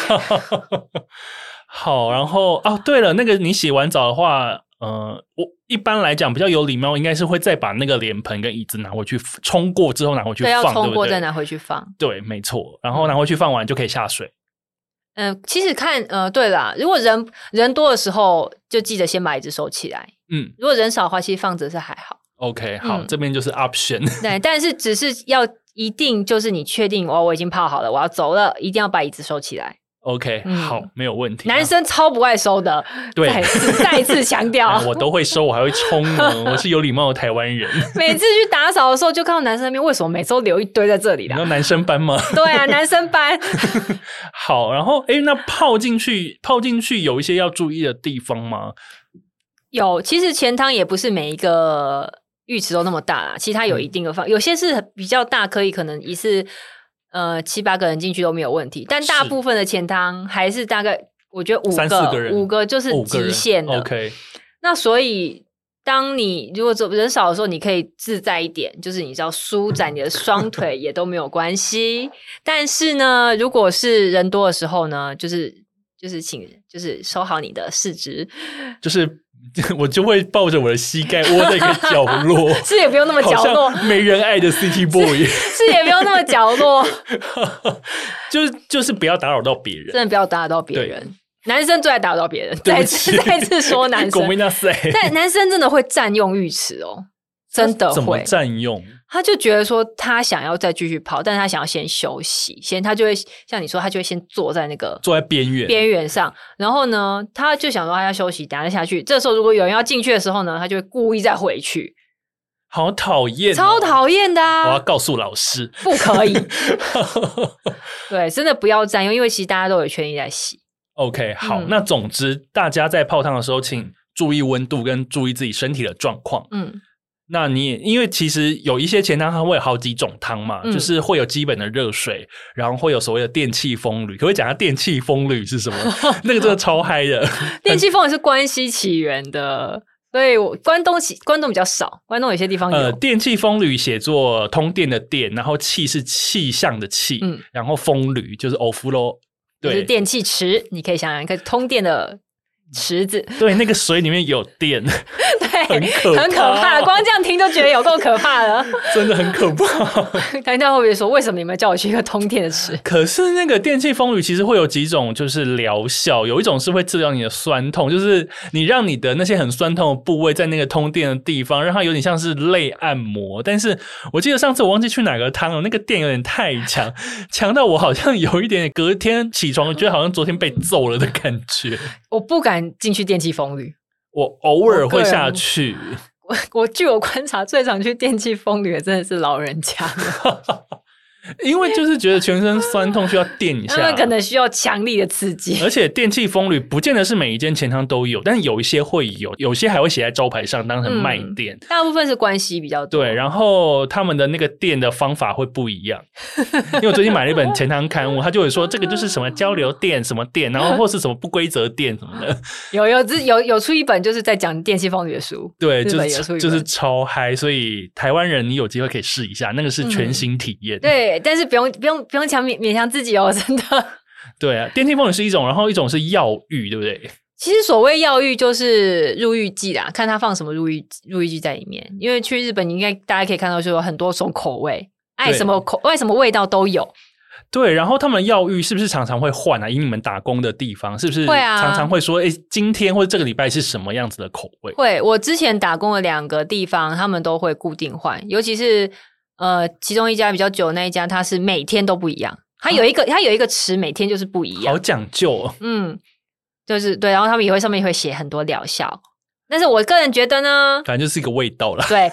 好，然后哦，对了，那个你洗完澡的话。呃，我一般来讲比较有礼貌，应该是会再把那个脸盆跟椅子拿回去冲过之后拿回去放，对， 要冲过对对再拿回去放， 对，没错。然后拿回去放完就可以下水。 嗯、呃，其实看，呃，对啦，如果人人多的时候，就记得先把椅子收起来。嗯，如果人少的话，其实放着是还好。 OK， 好，嗯、这边就是 option。 对，但是只是要一定就是你确定哦，我已经泡好了，我要走了，一定要把椅子收起来。 OK，、嗯、好，没有问题。 男生超不爱收的， 对， 再再一次强调、 哎，我都会收，我还会冲呢。我是有礼貌的台湾人。 每次去打扫的时候，就看到男生那边为什么每次都留一堆在这里啦？ 你知道男生班吗？ 对啊，男生班。 好，然后哎，那泡进去，泡进去有一些要注意的地方吗？ 有，其实钱汤也不是每一个浴池都那么大啦，其实它有一定的放，嗯、有些是比较大，可以可能一次。呃，七八个人进去都没有问题，但大部分的钱汤还是大概，我觉得五个、 三四个人， 五个就是极限的。 OK， 那所以当你如果人少的时候，你可以自在一点，就是你知道舒展你的双腿也都没有关系。但是呢，如果是人多的时候呢，就是就是请就是收好你的四肢， 就是我就会抱着我的膝盖窝在一个角落， 是也不用那么角落， 没人爱的 City Boy， 是也不用那么角落， 就是就是不要打扰到别人， 真的不要打扰到别人。男生最爱打扰到别人，再次再次说男生，但男生真的会占用浴池哦，真的会。 怎么占用？ 他就觉得说他想要再继续泡，但是他想要先休息，先他就会像你说，他就会先坐在那个坐在边缘边缘上，然后呢，他就想说他要休息，等下再下去。这时候如果有人要进去的时候呢，他就会故意再回去。 好讨厌、哦， 超讨厌的啊！ 我要告诉老师， 不可以。对，真的不要占用，因为其实大家都有权利在洗。 OK， 好、 嗯， 那总之大家在泡汤的时候，请注意温度跟注意自己身体的状况。嗯，那你也因为其实有一些钱汤它会有好几种汤嘛、嗯，就是会有基本的热水，然后会有所谓的电气风吕。可不可以讲下电气风吕是什么？那个真的超嗨的。 电气风吕是关西起源的。所以我关东关东比较少，关东有些地方有。呃， 电气风吕写作通电的电，然后气是气象的气，嗯，然后风吕就是欧夫罗， 对，就是电气池，你可以想想，可以通电的池子， 对，那个水里面有电， 对， 很可怕， 很可怕，光这样听都觉得有够可怕的， 真的很可怕。 大家会不会说，为什么你们叫我去一个通电的池？ 可是那个电气风吕其实会有几种就是疗效，有一种是会治疗你的酸痛，就是你让你的那些很酸痛的部位在那个通电的地方，让它有点像是类按摩。但是我记得上次我忘记去哪个汤了，那个电有点太强，强到我好像有一点隔天起床觉得好像昨天被揍了的感觉。 我不敢进去电气风吕， 我偶尔会下去。 我, 我据我观察，最常去电气风吕的真的是老人家因为就是觉得全身酸痛需要电一下， 他们可能需要强力的刺激。 而且电气风吕不见得是每一间钱汤都有，但是有一些会有，有些还会写在招牌上当成卖电、嗯、 大部分是关系比较多。 对，然后他们的那个电的方法会不一样因为我最近买了一本钱汤刊物，他就会说这个就是什么交流电什么电，然后或是什么不规则电什么的有有有有出一本就是在讲电气风吕的书， 对，就是就是超嗨，所以台湾人你有机会可以试一下，那个是全新体验、嗯、 对，但是不用不用不用强勉勉强自己哦，真的。 对啊，电气风吕是一种，然后一种是药浴，对不对？ 其实所谓药浴就是入浴剂啦，看它放什么入浴入浴剂在里面。因为去日本，你应该大家可以看到，就有很多种口味，爱什么口爱什么味道都有。 对，然后他们药浴是不是常常会换啊？以你们打工的地方，是不是常常会说，哎、啊，今天或者这个礼拜是什么样子的口味？ 会，我之前打工的两个地方，他们都会固定换，尤其是。呃，其中一家比较久的那一家，它是每天都不一样。它有一个，啊、它有一个池，每天就是不一样， 好讲究哦。 嗯，就是对，然后他们也会上面也会写很多疗效。但是我个人觉得呢， 反正就是一个味道啦。 对，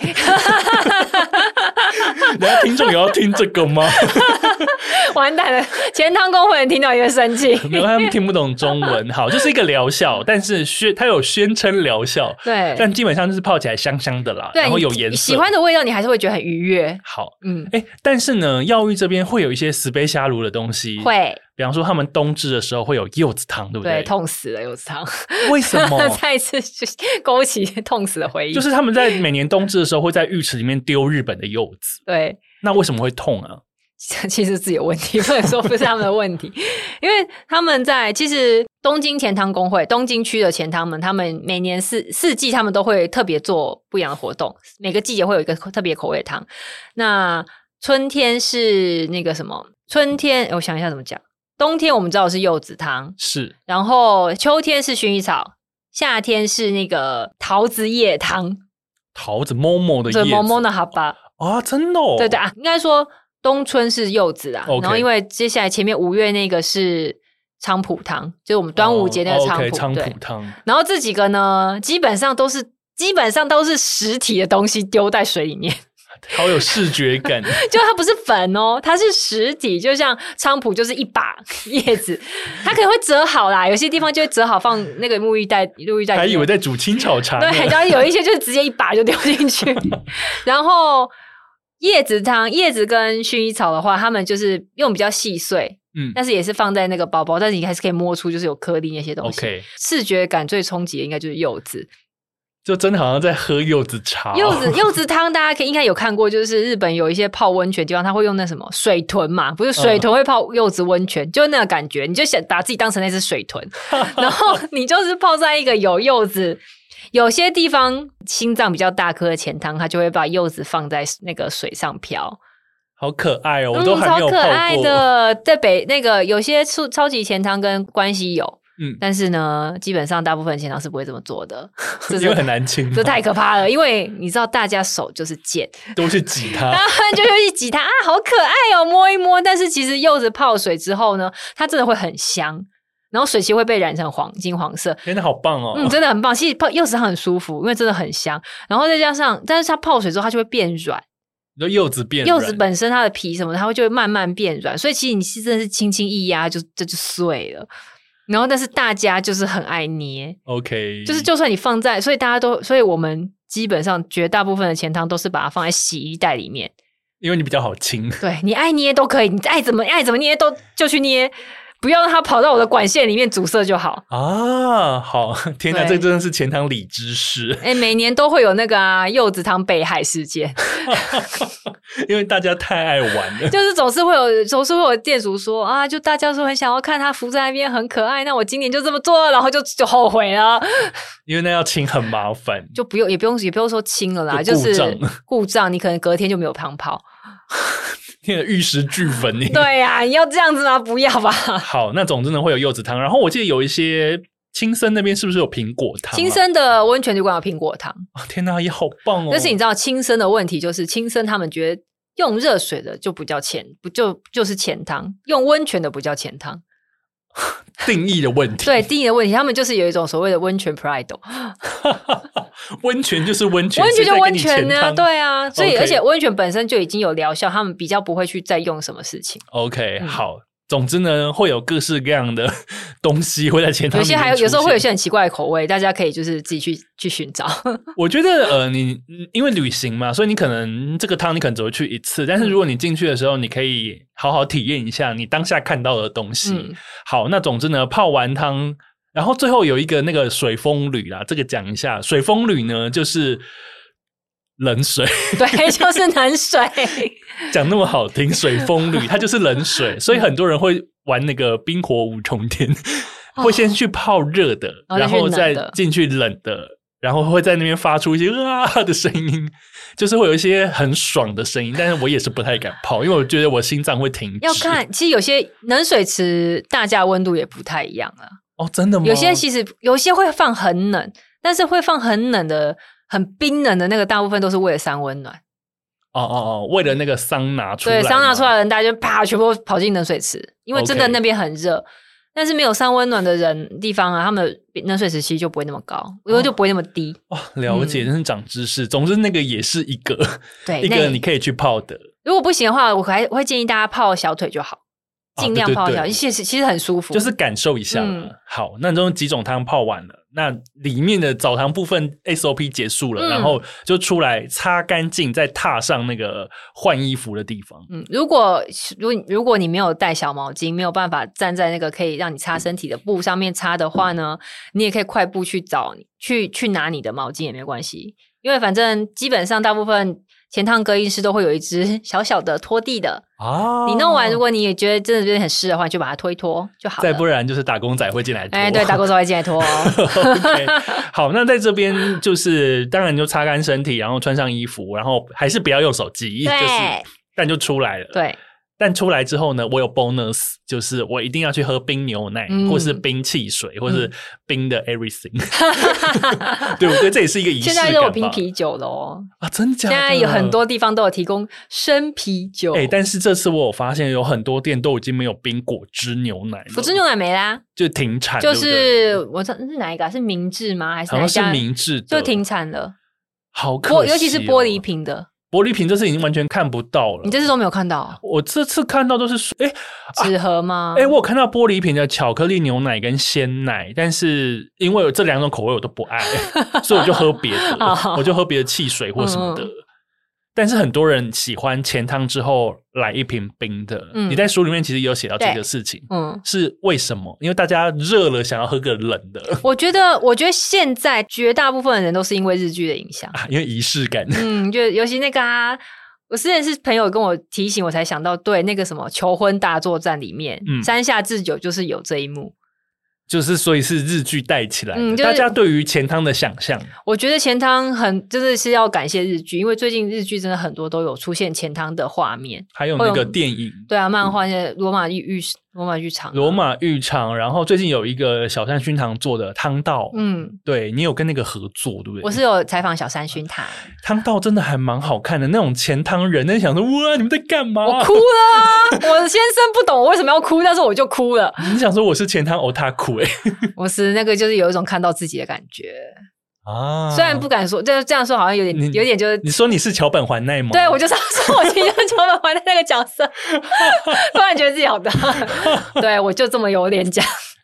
人家听众有要听这个吗？ 完蛋了，钱汤工会人听到也会生气。 没有，他们听不懂中文。好，就是一个疗效，但是宣它有宣称疗效， 对， 但基本上就是泡起来香香的啦，然后有颜色， 喜欢的味道你还是会觉得很愉悦。 好，嗯，哎，但是呢，药浴这边会有一些死杯虾炉的东西， 会。 比方说他们冬至的时候会有柚子汤，对不对？ 对，痛死了柚子汤。 为什么？ 再一次勾起痛死的回忆。 就是他们在每年冬至的时候会在浴池里面丢日本的柚子。 对， 那为什么会痛啊？ 其实自己有问题，不能说不是他们的问题，因为他们在其实东京钱汤工会，东京区的钱汤们，他们每年四四季他们都会特别做不一样的活动，每个季节会有一个特别口味的汤。那春天是那个什么？春天我想一下怎么讲。冬天我们知道是柚子汤， 是， 然后秋天是薰衣草，夏天是那个桃子叶汤， 桃子摸摸的叶子， 对，摸摸的好吧？ 啊，真的哦， 对对啊，应该说冬春是柚子啊， okay. 然后因为接下来前面五月那个是菖蒲汤，就是我们端午节那个菖蒲， oh, okay, 菖蒲汤。 然后这几个呢，基本上都是基本上都是实体的东西丢在水里面。 好有视觉感就它不是粉哦，它是实体，就像菖蒲就是一把叶子，它可能会折好啦，有些地方就会折好放那个沐浴袋沐浴袋， 还以为在煮青草茶。 对，然后有一些就是直接一把就丢进去然后叶子汤，叶子跟薰衣草的话，他们就是用比较细碎，嗯，但是也是放在那个包包，但是你还是可以摸出就是有颗粒那些东西。 Okay. 视觉感最冲击的应该就是柚子。 就真的好像在喝柚子茶、哦。 柚子柚子汤大家可以应该有看过，就是日本有一些泡温泉地方，他会用那什么水豚嘛，不是水豚会泡柚子温泉，嗯、就是那个感觉，你就想把自己当成那只水豚，然后你就是泡在一个有柚子。有些地方心脏比较大颗的钱汤，它就会把柚子放在那个水上漂。 好可爱哦，我都还没有泡过。嗯、超可爱的，在北那个有些超级钱汤跟关西有。嗯，但是呢，基本上大部分钱汤是不会这么做的， 因为很难清， 这太可怕了。因为你知道，大家手就是贱， 都去挤它， 就去挤它啊，好可爱哦，摸一摸。但是其实柚子泡水之后呢，它真的会很香，然后水其实会被染成黄金黄色， 真的好棒哦， 嗯，真的很棒。其实泡柚子汤很舒服，因为真的很香，然后再加上，但是它泡水之后它就会变软。 你说柚子变软， 柚子本身它的皮什么，它会就会慢慢变软，所以其实你是真的是轻轻一压就这就碎了。然后，但是大家就是很爱捏 ，OK， 就是就算你放在，所以大家都，所以我们基本上绝大部分的钱汤都是把它放在洗衣袋里面， 因为你比较好清。 对，你爱捏都可以，你爱怎么爱怎么捏都就去捏，不要让它跑到我的管线里面阻塞就好啊。好，天哪，这真的是钱汤里知识。 哎、欸，每年都会有那个啊柚子汤被害事件。 因为大家太爱玩了， 就是总是会有，总是会有店主说啊，就大家说很想要看它浮在那边很可爱，那我今年就这么做了，然后就就后悔了， 因为那要清很麻烦， 就不用也不用也不用说清了啦，就就是故障，你可能隔天就没有汤泡， 那个玉石俱焚。 对呀、啊，你要这样子吗？不要吧。 好，那总之呢会有柚子汤，然后我记得有一些。青森那边是不是有苹果汤、啊？ 青森的温泉旅馆有苹果汤、 哦、天哪，也好棒哦！ 但是你知道青森的问题就是青森他们觉得用热水的就不叫钱，不就就是钱汤，用温泉的不叫钱汤。 定义的问题， 对定义的问题，他们就是有一种所谓的温泉 pride。 温泉就是温泉， 温泉就温泉呢、啊，对啊，所以、 okay. 而且温泉本身就已经有疗效，他们比较不会去再用什么事情。 OK，、嗯、好。总之呢，会有各式各样的东西会在钱汤里面出现， 有些还有有时候会有些很奇怪的口味，大家可以就是自己去去寻找。 我觉得呃，你因为旅行嘛，所以你可能这个汤你可能只会去一次，但是如果你进去的时候，你可以好好体验一下你当下看到的东西。嗯、好，那总之呢，泡完汤，然后最后有一个那个水风吕啦，这个讲一下，水风吕呢就是冷水。 对，就是冷水。 讲那么好听，水风吕它就是冷水，所以很多人会玩那个冰火五重天，哦、会先去泡热的， 哦、 然后再进去冷的，然后会在那边发出一些啊的声音，就是会有一些很爽的声音，但是我也是不太敢泡，因为我觉得我心脏会停止。 要看，其实有些冷水池大家温度也不太一样啊。 哦，真的吗？ 有些其实有些会放很冷，但是会放很冷的、很冰冷的那个，大部分都是为了三温暖。 哦哦哦，为了那个桑拿出来， 对，桑拿出来的人，大家就啪全部跑进冷水池，因为真的那边很热。Okay. 但是没有三温暖的人地方啊，他们的冷水池其实就不会那么高，因为就不会那么低。 哦，了解，真是长知识。嗯、总之，那个也是一个， 对， 一个你可以去泡的。 如果不行的话，我还我会建议大家泡小腿就好。尽量泡小， 哦、 其实其实很舒服， 就是感受一下了。嗯、好，那这种几种汤泡完了，那里面的澡堂部分 S O P 结束了，嗯、然后就出来擦干净，再踏上那个换衣服的地方。 嗯，如果如如果你没有带小毛巾，没有办法站在那个可以让你擦身体的布上面擦的话呢，你也可以快步去找去去拿你的毛巾也没关系，因为反正基本上大部分。钱汤隔音师都会有一支小小的拖地的啊，你弄完，如果你也觉得真的觉得很湿的话，你就把它拖一拖就好了。 再不然就是打工仔会进来拖。 哎，对，打工仔会进来拖、哦。 okay, 好，那在这边就是当然就擦干身体，然后穿上衣服，然后还是不要用手机， 对， 就是但就出来了。 对。但出来之后呢，我有 bonus， 就是我一定要去喝冰牛奶，嗯、或是冰汽水，或是冰的 everything，、嗯、对不对？这也是一个仪式感吧。 现在都有冰啤酒了哦， 啊，真假的？ 现在有很多地方都有提供生啤酒。 哎、欸，但是这次我有发现，有很多店都已经没有冰果汁牛奶了， 果汁牛奶没啦， 就停产。 就是对对我知道是哪一个、啊？是明治吗？还是哪好像是明治的， 就停产了。 好可惜、哦， 尤其是玻璃瓶的。 玻璃瓶这次已经完全看不到了， 你这次都没有看到？ 我这次看到都是哎纸盒吗？ 哎、啊，我有看到玻璃瓶的巧克力牛奶跟鲜奶，但是因为这两种口味我都不爱，所以我就喝别的，我就喝别的汽水或什么的。嗯、 但是很多人喜欢钱汤之后来一瓶冰的、嗯、你在书里面其实有写到这个事情，嗯，是为什么？因为大家热了想要喝个冷的。 我觉得我觉得现在绝大部分的人都是因为日剧的影响、 啊、因为仪式感。 嗯，就尤其那个啊，我之前是朋友跟我提醒我才想到，对，那个什么求婚大作战里面、嗯、山下智久就是有这一幕， 就是所以是日剧带起来的、嗯就是、大家对于钱汤的想象， 我觉得钱汤很就是是要感谢日剧，因为最近日剧真的很多都有出现钱汤的画面， 还有那个电影， 对啊，漫画，罗马浴罗马浴场、啊， 罗马浴场，然后最近有一个小山熏堂做的汤道，嗯，对你有跟那个合作对不对？ 我是有采访小山熏堂， 汤道真的还蛮好看的，那种钱汤人在想说哇你们在干嘛？ 我哭了啊！我先生不懂我为什么要哭，但是我就哭了。 你想说我是钱汤otaku欸？ 我是那个就是有一种看到自己的感觉啊，虽然不敢说，这样说好像有点有点就是， 你说你是桥本环奈吗？ 对，我就是要说我其实就是桥本环奈那个角色，突然觉得自己好大，对，我就这么有脸讲。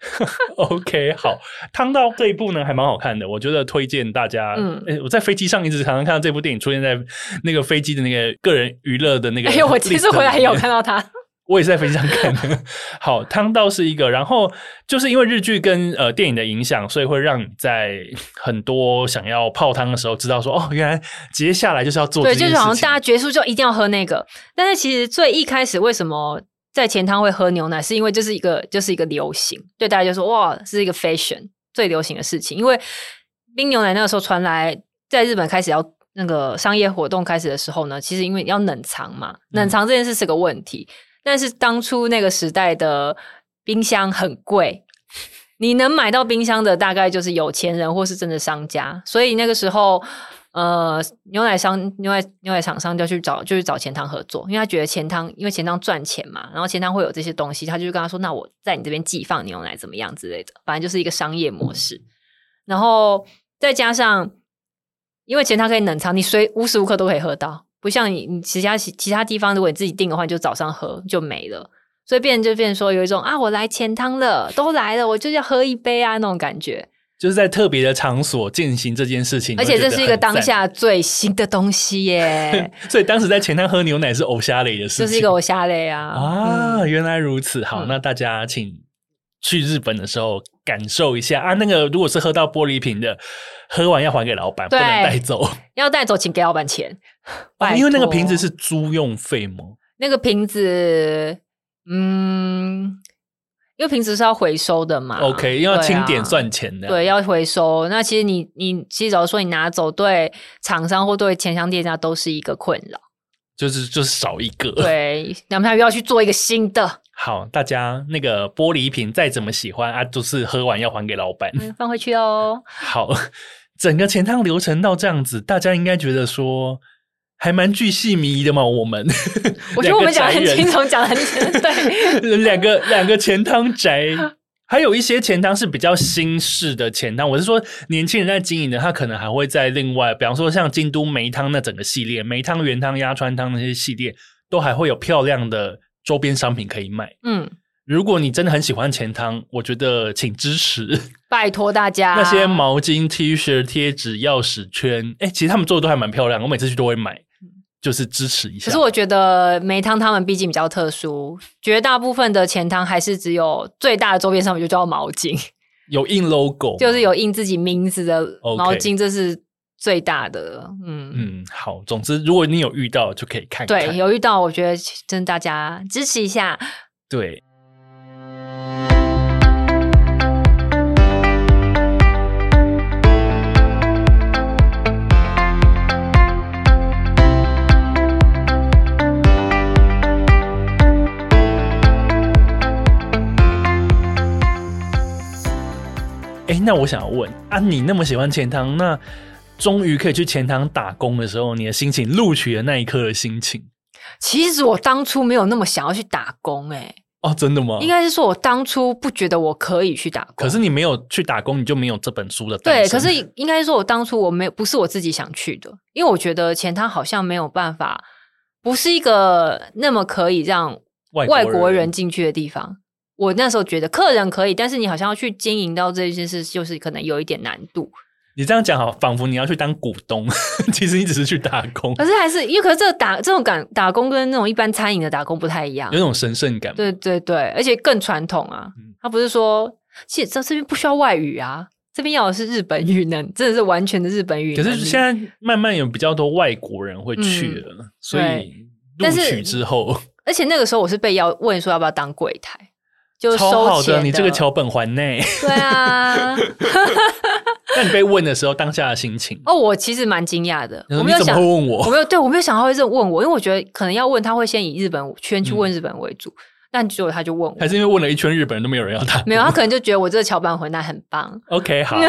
OK， 好，汤道这一部呢还蛮好看的，我觉得推荐大家。嗯，我在飞机上一直常常看到这部电影出现在那个飞机的那个个人娱乐的那个。哎呦， 我其实回来也有看到它。 我也是在飞机上看的。好，汤道是一个，然后就是因为日剧跟呃电影的影响，所以会让你在很多想要泡汤的时候知道说，哦，原来接下来就是要做这件事情。 对，就是好像大家结束就一定要喝那个，但是其实最一开始为什么在钱汤会喝牛奶，是因为这是一个就是一个流行，对大家就说哇，是一个 fashion 最流行的事情，因为冰牛奶那个时候传来，在日本开始要那个商业活动开始的时候呢，其实因为要冷藏嘛，冷藏这件事是个问题。嗯，但是当初那个时代的冰箱很贵，你能买到冰箱的大概就是有钱人或是真的商家，所以那个时候呃，牛奶商牛奶牛奶厂商就去找就去找钱汤合作，因为他觉得钱汤因为钱汤赚钱嘛，然后钱汤会有这些东西，他就跟他说那我在你这边寄放牛奶怎么样之类的，反正就是一个商业模式。然后再加上因为钱汤可以冷藏，你随无时无刻都可以喝到，不像你，你其他其他地方，如果你自己订的话，你就早上喝就没了，所以变成就变成说有一种啊，我来钱汤了，都来了，我就要喝一杯啊那种感觉， 就是在特别的场所进行这件事情， 而且这是一个当下最新的东西耶。 所以当时在钱汤喝牛奶是偶虾类的事情， 就是一个偶虾类啊。 啊、嗯，原来如此。好，嗯、那大家请去日本的时候感受一下啊，那个如果是喝到玻璃瓶的，喝完要还给老板，不能带走。要带走请给老板钱、 哦、因为那个瓶子是租用费吗？ 那个瓶子嗯，因为瓶子是要回收的嘛 OK， 因为要清点算钱的、 啊、对，要回收。那其实你你其实假如说你拿走，对厂商或对钱箱店家都是一个困扰， 就是就是少一个， 对，那么他又要去做一个新的。 好，大家那个玻璃瓶再怎么喜欢啊，就是喝完要还给老板、 嗯、放回去哦。 好，整个钱汤流程到这样子，大家应该觉得说还蛮巨细靡遗的嘛。我们我觉得我们讲得很轻松，讲得很对， 两个两个钱汤宅。还有一些钱汤是比较新式的钱汤，我是说年轻人在经营的，他可能还会在另外，比方说像京都梅汤那整个系列，梅汤、原汤、鸭川汤那些系列，都还会有漂亮的周边商品可以卖。嗯，如果你真的很喜欢钱汤，我觉得请支持， 拜托大家。 那些毛巾、T 恤、贴纸、钥匙圈，哎，其实他们做的都还蛮漂亮，我每次去都会买。就是支持一下。 可是我觉得梅汤他们毕竟比较特殊，绝大部分的钱汤还是只有最大的周边商品就叫毛巾， 有印 logo， 就是有印自己名字的毛巾， okay. 这是最大的。嗯嗯，好，总之如果你有遇到就可以看看。 对，有遇到我觉得真的大家支持一下。 对。哎，那我想要问啊，你那么喜欢钱汤，那终于可以去钱汤打工的时候，你的心情，录取的那一刻的心情？ 其实我当初没有那么想要去打工、欸，哎， 哦，真的吗？ 应该是说我当初不觉得我可以去打工。 可是你没有去打工，你就没有这本书的诞生。 对，可是应该是说我当初我没有，不是我自己想去的，因为我觉得钱汤好像没有办法，不是一个那么可以让外国人进去的地方。我那时候觉得客人可以，但是你好像要去经营到这件事，就是可能有一点难度。 你这样讲好，仿佛你要去当股东，其实你只是去打工。 可是还是因为，可是这个打这种打打工跟那种一般餐饮的打工不太一样， 有种神圣感。 对对对，而且更传统啊。嗯、他不是说，其实这这边不需要外语啊，这边要的是日本语能，真的是完全的日本语能。 可是现在慢慢有比较多外国人会去了，嗯、所以录取之后， 而且那个时候我是被要问说要不要当柜台。就收钱的， 超好的，你这个桥本环内。 对啊。 那你被问的时候，当下的心情？ 哦，我其实蛮惊讶的。 我没有想，你怎么会问我？ 我没有，对我没有想到会这么问我，因为我觉得可能要问他会先以日本圈去问日本为主，嗯、但结果他就问我， 还是因为问了一圈日本人都没有人要他？ 没有，他可能就觉得我这个桥本环内很棒。 OK， 好。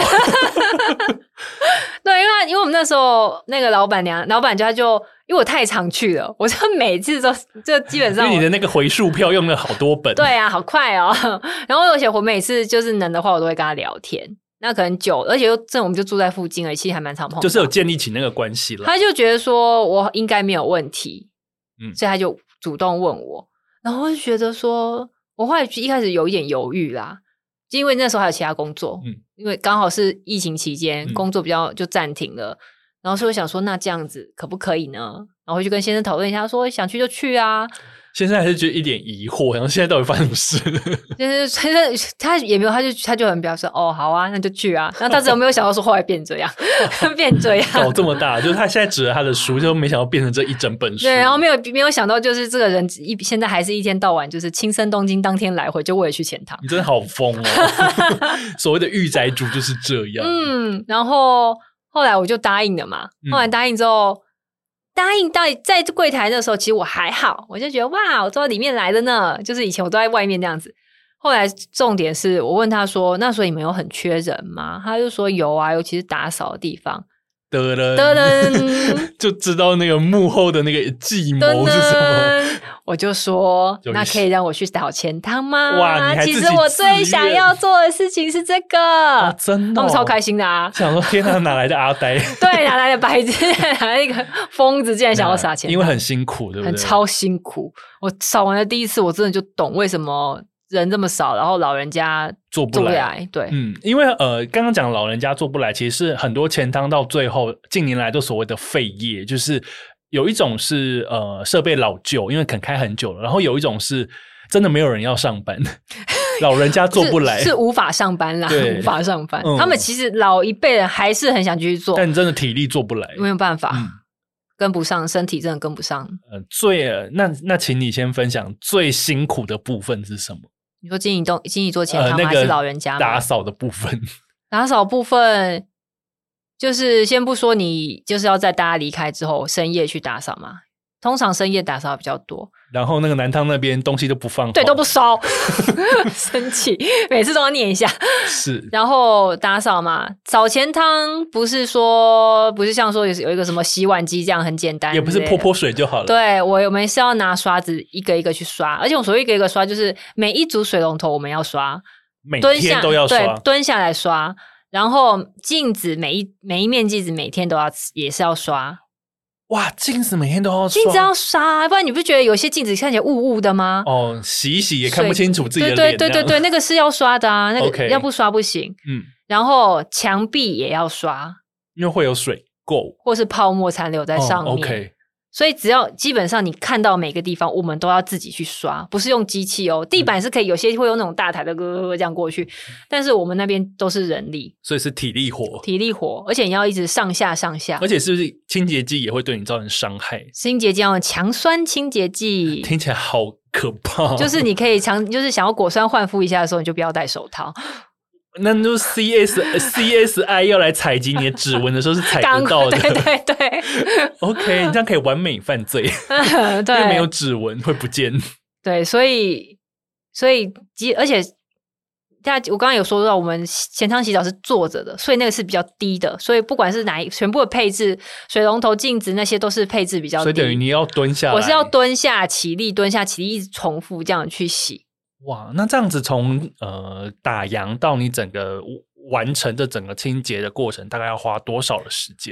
对，因为因为我们那时候那个老板娘、老板家就因为我太常去了，我就每次都就基本上， 因为你的那个回数票用了好多本， 对啊，好快哦。然后而且我每次就是能的话，我都会跟他聊天。那可能久，而且又这我们就住在附近而已，其实还蛮常碰到， 就是有建立起那个关系了。 他就觉得说我应该没有问题，嗯，所以他就主动问我，然后就觉得说，我后来一开始有一点犹豫啦，因为那时候还有其他工作，嗯，因为刚好是疫情期间，嗯、工作比较就暂停了，然后所以我想说，那这样子可不可以呢？然后就跟先生讨论一下，说想去就去啊。 先生还是觉得一点疑惑，然后现在到底发生什么事？ 就是先生他也没有，他就他就很表示哦，好啊，那就去啊。然后他只有没有想到说后来变这样，变这样， 搞这么大，就是他现在指着他的书，就没想到变成这一整本书。 对，然后没有没有想到，就是这个人一现在还是一天到晚就是亲身东京，当天来回，就为了去钱塘。 你真的好疯哦！所谓的御宅族就是这样。 嗯，然后后来我就答应了嘛。后来答应之后。嗯答应到在柜台的时候，其实我还好，我就觉得哇，我坐到里面来了呢。就是以前我都在外面那样子。后来重点是我问他说：“那所以你们有很缺人吗？”他就说有啊，尤其是打扫的地方。 得了，得了，就知道那个幕后的那个计谋是什么。 我就说，那可以让我去扫钱汤吗？ 哇，你还其实我最想要做的事情是这个， 哦、真的、哦， 他们超开心的啊！ 想说天哪，哪来的阿呆？ 对，哪来的白痴？哪来一个疯子？竟然想要撒钱？ 因为很辛苦，对不对？ 很超辛苦。我扫完了第一次，我真的就懂为什么人这么少，然后老人家做不来。 做不来对， 嗯，因为呃，刚刚讲老人家做不来，其实是很多钱汤到最后近年来都所谓的废业，就是。有一种是呃设备老旧，因为肯开很久了，然后有一种是真的没有人要上班，老人家做不来是，是无法上班啦，无法上班、嗯。他们其实老一辈人还是很想继续做， 但真的体力做不来， 没有办法、嗯，跟不上，身体真的跟不上。 呃，最那那，请你先分享最辛苦的部分是什么？ 你说经理动经理做钱汤、呃那個、还是老人家吗？ 打扫的部分， 打扫部分。就是先不说你就是要在大家离开之后深夜去打扫嘛，通常深夜打扫比较多。 然后那个南汤那边东西都不放， 对，都不收，生气，每次都要念一下。 是， 然后打扫嘛，扫钱汤不是说不是像说有有一个什么洗碗机这样很简单， 也不是泼泼水就好了。 对，我们是要拿刷子一个一个去刷，而且我所谓一个一个刷，就是每一组水龙头我们要刷， 每天都要刷， 对，蹲下来刷。然后镜子每一每一面镜子每天都要也是要刷， 哇！镜子每天都要刷， 镜子要刷，不然你不觉得有些镜子看起来雾雾的吗？ 哦，洗一洗也看不清楚自己的脸。 对对对对对，那个是要刷的啊，那个 okay, 要不刷不行。嗯，然后墙壁也要刷， 因为会有水垢或是泡沫残留在上面。 哦 OK。 所以只要基本上你看到每个地方，我们都要自己去刷，不是用机器哦。地板是可以，有些会用那种大台的咯咯这样过去，但是我们那边都是人力， 所以是体力活， 体力活，而且你要一直上下上下。 而且是不是清洁剂也会对你造成伤害？ 清洁剂要用强酸清洁剂， 听起来好可怕。 就是你可以强，就是想要果酸焕肤一下的时候，你就不要戴手套。 那就是 C S C S I 要来采集你的指纹的时候是采不到的， 对对对。 OK， 你这样可以完美犯罪， 对， 因为没有指纹会不见。 对，所以所以而且大家我刚刚有说到，我们钱汤洗澡是坐着的，所以那个是比较低的，所以不管是哪一全部的配置，水龙头、镜子那些都是配置比较低， 所以等于你要蹲下来， 我是要蹲下起立，蹲下起立，一直重复这样去洗。 哇，那这样子从呃打烊到你整个完成这整个清洁的过程，大概要花多少的时间？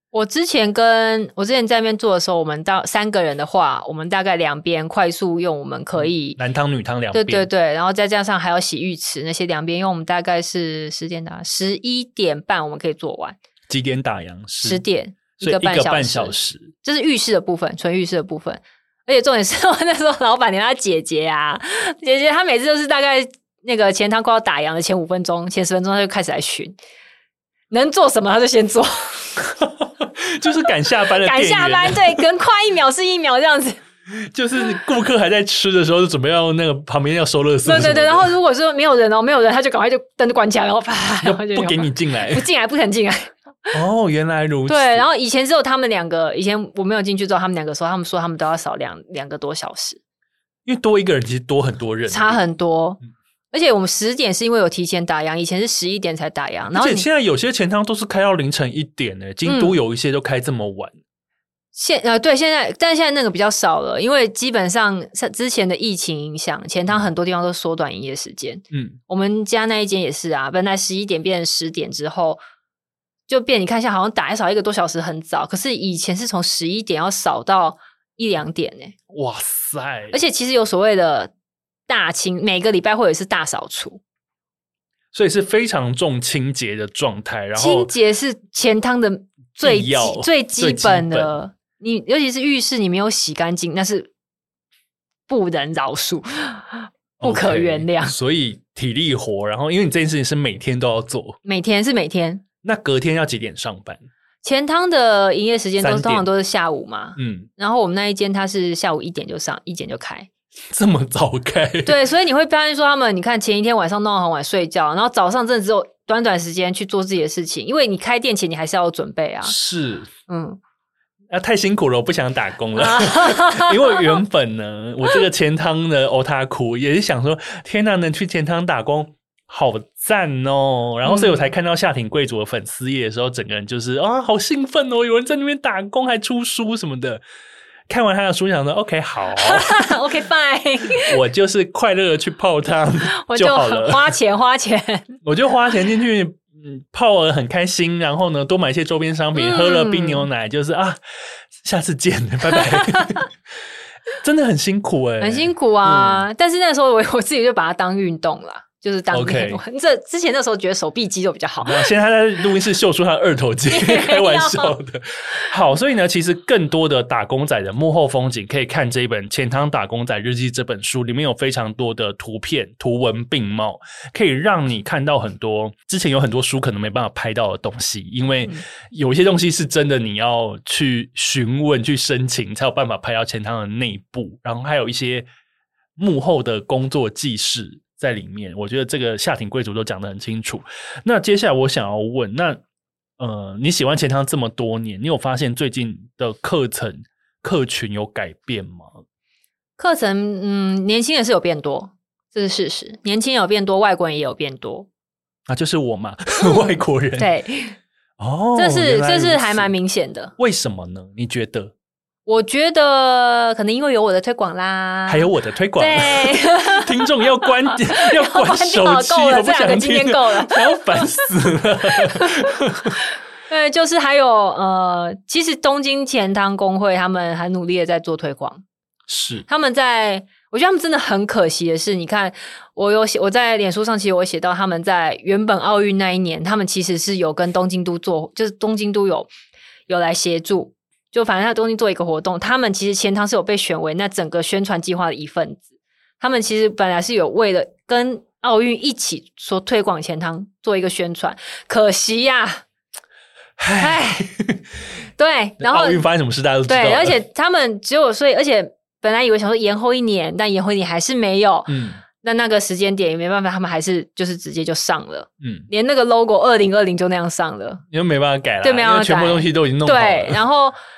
我之前跟我之前在那边做的时候，我们到三个人的话，我们大概两边快速用，我们可以男汤女汤两边， 对对对，然后再加上还要洗浴池那些两边用，我们大概是十点打十一点半我们可以做完。 几点打烊？ 十点， 一个半小时，小时这是浴室的部分，纯浴室的部分。而且重点是我那时候老板娘她姐姐啊，姐姐她每次都是大概那个前汤快要打烊的前五分钟、前十分钟，她就开始来巡，能做什么她就先做。 就是赶下班的店员， 赶下班，对，跟快一秒是一秒这样子。 就是顾客还在吃的时候，就准备要那个旁边要收垃圾。 对对对，然后如果说没有人哦，没有人，他就赶快就灯就关起来，然后啪，然后就不给你进来， 不进来，不肯进来。 哦，原来如此。 对，然后以前只有他们两个，以前我没有进去之后，他们两个说，他们说他们都要少两两个多小时， 因为多一个人其实多很多人， 差很多。嗯，而且我们十点是因为有提前打烊，以前是十一点才打烊。 而且现在有些前汤都是开到凌晨一点呢，京都有一些都开这么晚。嗯， 现呃对，现在但现在那个比较少了，因为基本上之前的疫情影响，前汤很多地方都缩短营业时间。嗯，我们家那一间也是啊，本来十一点变成十点之后，就变你看一下，好像打一少一个多小时很早，可是以前是从十一点要扫到一两点呢。 哇塞！ 而且其实有所谓的大清，每个礼拜会有一次大扫除， 所以是非常重清洁的状态。然后清洁是前汤的最基最基本的。你尤其是浴室，你没有洗干净，那是不能饶恕，不可原谅。 Okay, 所以体力活，然后因为你这件事情是每天都要做， 每天是每天。 那隔天要几点上班？ 前汤的营业时间都通常都是下午嘛， 嗯， 然后我们那一间它是下午一点就上，一点就开， 这么早开？ 对，所以你会发现说他们，你看前一天晚上弄到很晚睡觉，然后早上真的只有短短时间去做自己的事情，因为你开店前你还是要有准备啊。 是， 嗯。 啊，太辛苦了，我不想打工了。因为原本呢，我这个前汤的otaku也是想说，天哪，能去前汤打工，好赞哦！然后，所以我才看到夏町贵族的粉丝页的时候，整个人就是啊，好兴奋哦，有人在那边打工，还出书什么的。看完他的书，想说 OK 好 ，OK fine， 我就是快乐的去泡汤就好了， 我就花钱花钱， 我就花钱进去。嗯，泡了很开心，然后呢，多买一些周边商品，嗯、喝了冰牛奶，就是啊，下次见，拜拜。真的很辛苦哎、欸， 很辛苦啊！嗯、但是那时候我我自己就把它当运动啦。就是当面， okay. 这之前那时候觉得手臂肌肉比较好， 现在他在录音室秀出他的二头肌，开玩笑的。好，所以呢，其实更多的打工仔的幕后风景，可以看这一本《前汤打工仔日记》这本书，里面有非常多的图片，图文并茂，可以让你看到很多之前有很多书可能没办法拍到的东西，因为有一些东西是真的你要去询问、去申请，才有办法拍到前汤的内部，然后还有一些幕后的工作记事在里面，我觉得这个夏町贵族都讲得很清楚。那接下来我想要问，那呃，你喜欢前汤这么多年，你有发现最近的课程客群有改变吗？ 课程，嗯，年轻人是有变多，这是事实。年轻人有变多，外国人也有变多。 啊，就是我嘛，外国人。 对， 哦， 这是这是还蛮明显的。 为什么呢？你觉得？ 我觉得可能因为有我的推广啦， 还有我的推广， 对， 听众要关要关手机，我不想听， 够了， 要烦死了。 对，就是还有呃，其实东京前汤工会他们很努力的在做推广， 是他们在，我觉得他们真的很可惜的是，你看我有写我在脸书上，其实我写到他们在原本奥运那一年，他们其实是有跟东京都做，就是东京都有有来协助。就反正在东京做一个活动，他们其实前汤是有被选为那整个宣传计划的一份子。他们其实本来是有为了跟奥运一起说推广前汤做一个宣传，可惜呀、啊，唉，对，然后奥运发生什么事大家都知道了， 对，而且他们只有所以，而且本来以为想说延后一年，但延后一年还是没有，嗯。那那个时间点也没办法，他们还是就是直接就上了，嗯，连那个 logo 二零二零就那样上了， 因为没办法改了， 对，没办法改， 因为全部东西都已经弄好了， 对，然后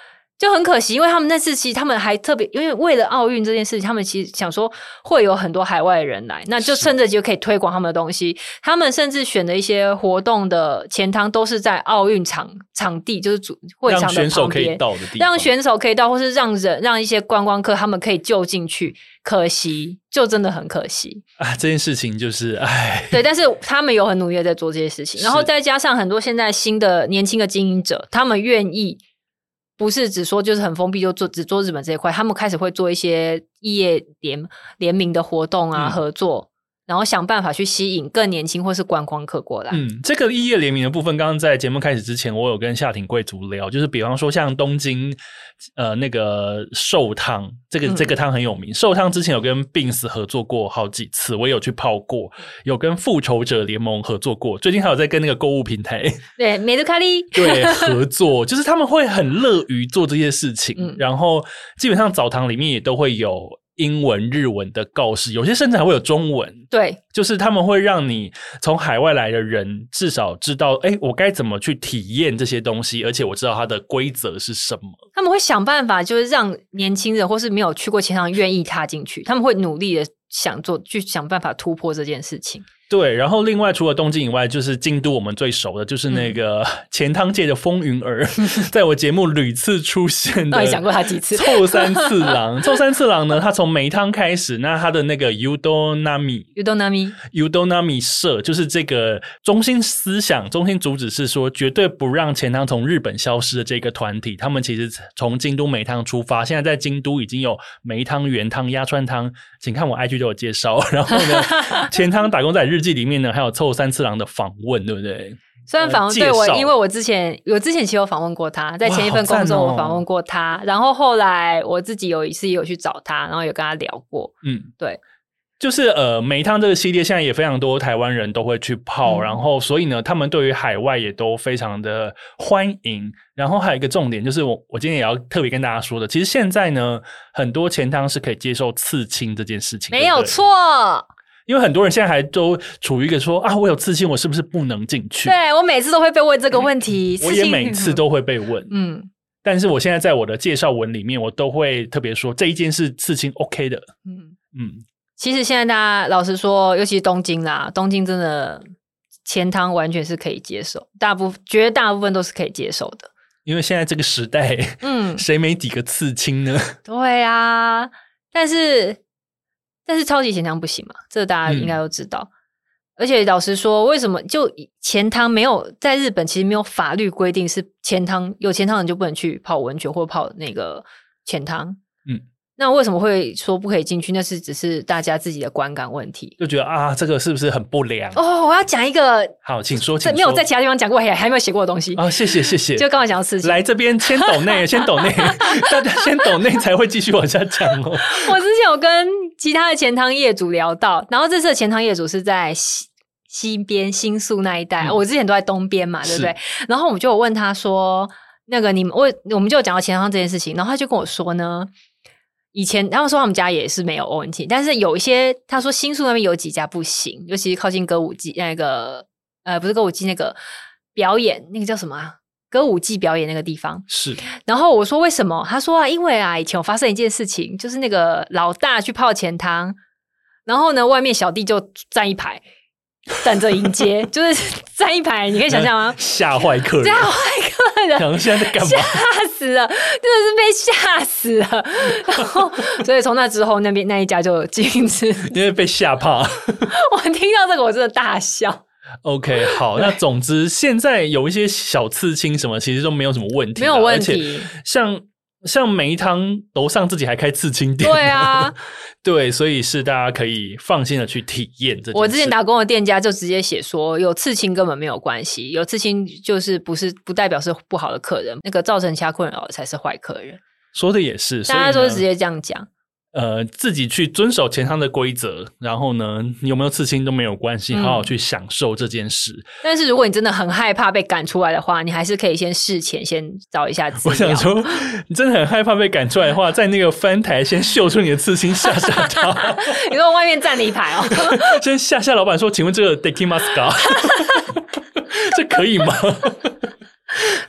就很可惜，因为他们那次其实他们还特别，因为为了奥运这件事情，他们其实想说会有很多海外的人来，那就趁着就可以推广他们的东西。他们甚至选的一些活动的前汤都是在奥运场场地，就是主会场的旁边， 让选手可以到的地方， 让选手可以到，或是让人让一些观光客他们可以就进去。可惜，就真的很可惜啊！这件事情就是唉， 对，但是他们有很努力的在做这些事情，然后再加上很多现在新的年轻的经营者，他们愿意。不是只说就是很封闭就做只做日本这一块，他们开始会做一些异业联联名的活动啊、嗯、合作，然后想办法去吸引更年轻或是观光客过来。 嗯，这个异业联名的部分，刚刚在节目开始之前，我有跟夏町贵族聊，就是比方说像东京呃那个寿汤，这个、嗯、这个汤很有名。寿汤之前有跟 Beams 合作过好几次，我也有去泡过，有跟复仇者联盟合作过，最近还有在跟那个购物平台对美杜卡利对合作，就是他们会很乐于做这些事情、嗯、然后基本上澡堂里面也都会有英文日文的告示，有些甚至还会有中文。 对， 就是他们会让你从海外来的人至少知道诶我该怎么去体验这些东西，而且我知道它的规则是什么。 他们会想办法就是让年轻人或是没有去过前汤愿意踏进去，他们会努力的想做去想办法突破这件事情。 对，然后另外除了东京以外，就是京都我们最熟的就是那个前汤界的风云儿、嗯、在我节目屡次出现的， 到底讲过他几次？ 凑三次郎凑三次郎呢，他从梅汤开始，那他的那个 Udonami Udonami Udonami 社就是这个中心思想中心主旨是说绝对不让前汤从日本消失的这个团体，他们其实从京都梅汤出发，现在在京都已经有梅汤、原汤、鸭川汤，请看我 I G 都有介绍。然后呢前汤打工仔日记里面呢还有凑三次郎的访问，对不对？ 虽然访问、呃、对我，因为我之前我之前其实有访问过他，在前一份工作我访问过他、哦、然后后来我自己有一次也有去找他，然后有跟他聊过。嗯，对， 就是呃梅汤这个系列现在也非常多台湾人都会去泡、嗯、然后所以呢他们对于海外也都非常的欢迎。然后还有一个重点就是我我今天也要特别跟大家说的，其实现在呢很多前汤是可以接受刺青这件事情， 没有错， 因为很多人现在还都处于一个说啊我有刺青我是不是不能进去。 对，我每次都会被问这个问题、 嗯、我也每次都会被问。嗯，但是我现在在我的介绍文里面我都会特别说这一件是刺青 OK 的。嗯嗯，其实现在大家老实说尤其是东京啦，东京真的前汤完全是可以接受，大部绝大部分都是可以接受的，因为现在这个时代嗯，谁没几个刺青呢？ 对啊，但是但是超级前汤不行嘛，这个大家应该都知道、嗯、而且老实说为什么就前汤没有在日本其实没有法律规定是前汤有前汤人就不能去泡温泉或泡那个前汤。嗯，那为什么会说不可以进去？那是只是大家自己的观感问题， 就觉得啊这个是不是很不良哦。我要讲一个， 好请说请说， 没有在其他地方讲过还还没有写过的东西啊、哦、谢谢谢谢， 就刚好讲到事情， 来这边先抖内先抖内大家先抖内才会继续往下讲哦。 我之前有跟其他的前汤业主聊到，然后这次的前汤业主是在西西边新宿那一带、嗯、我之前都在东边嘛对不对？然后我们就有问他说那个你们我我们就有讲到前汤这件事情，然后他就跟我说呢以前他们说他们家也是没有问题，但是有一些他说新宿那边有几家不行，尤其是靠近歌舞伎那个呃不是歌舞伎那个表演那个叫什么啊歌舞伎表演那个地方是。 然后我说为什么？他说啊因为啊以前有发生一件事情，就是那个老大去泡前汤，然后呢外面小弟就站一排等着迎接就是站一排，你可以想象吗？ 吓坏客人， 吓坏客人， 想现在在干嘛？ 吓死了，真的是被吓死了。然后，所以从那之后，那边那一家就禁止， 因为被吓怕。 我听到这个，我真的大笑。 OK， 好，那总之现在有一些小刺青什么，其实都没有什么问题， 没有问题。 像像梅汤楼上自己还开刺青店， 对啊， 对，所以是大家可以放心的去体验这件事。 我之前打工的店家就直接写说，有刺青根本没有关系，有刺青就是不是不代表是不好的客人，那个造成其他困扰的才是坏客人。 说的也是， 大家都是直接这样讲。 呃，自己去遵守前汤的规则，然后呢，你有没有刺青都没有关系，嗯、好好去享受这件事。 但是如果你真的很害怕被赶出来的话，你还是可以先事前先找一下资料。 我想说，你真的很害怕被赶出来的话，在那个翻台先秀出你的刺青，吓吓他。 你说外面站了一排哦， 先吓吓老板说：“请问这个 Dekimasu ka？ 这可以吗？”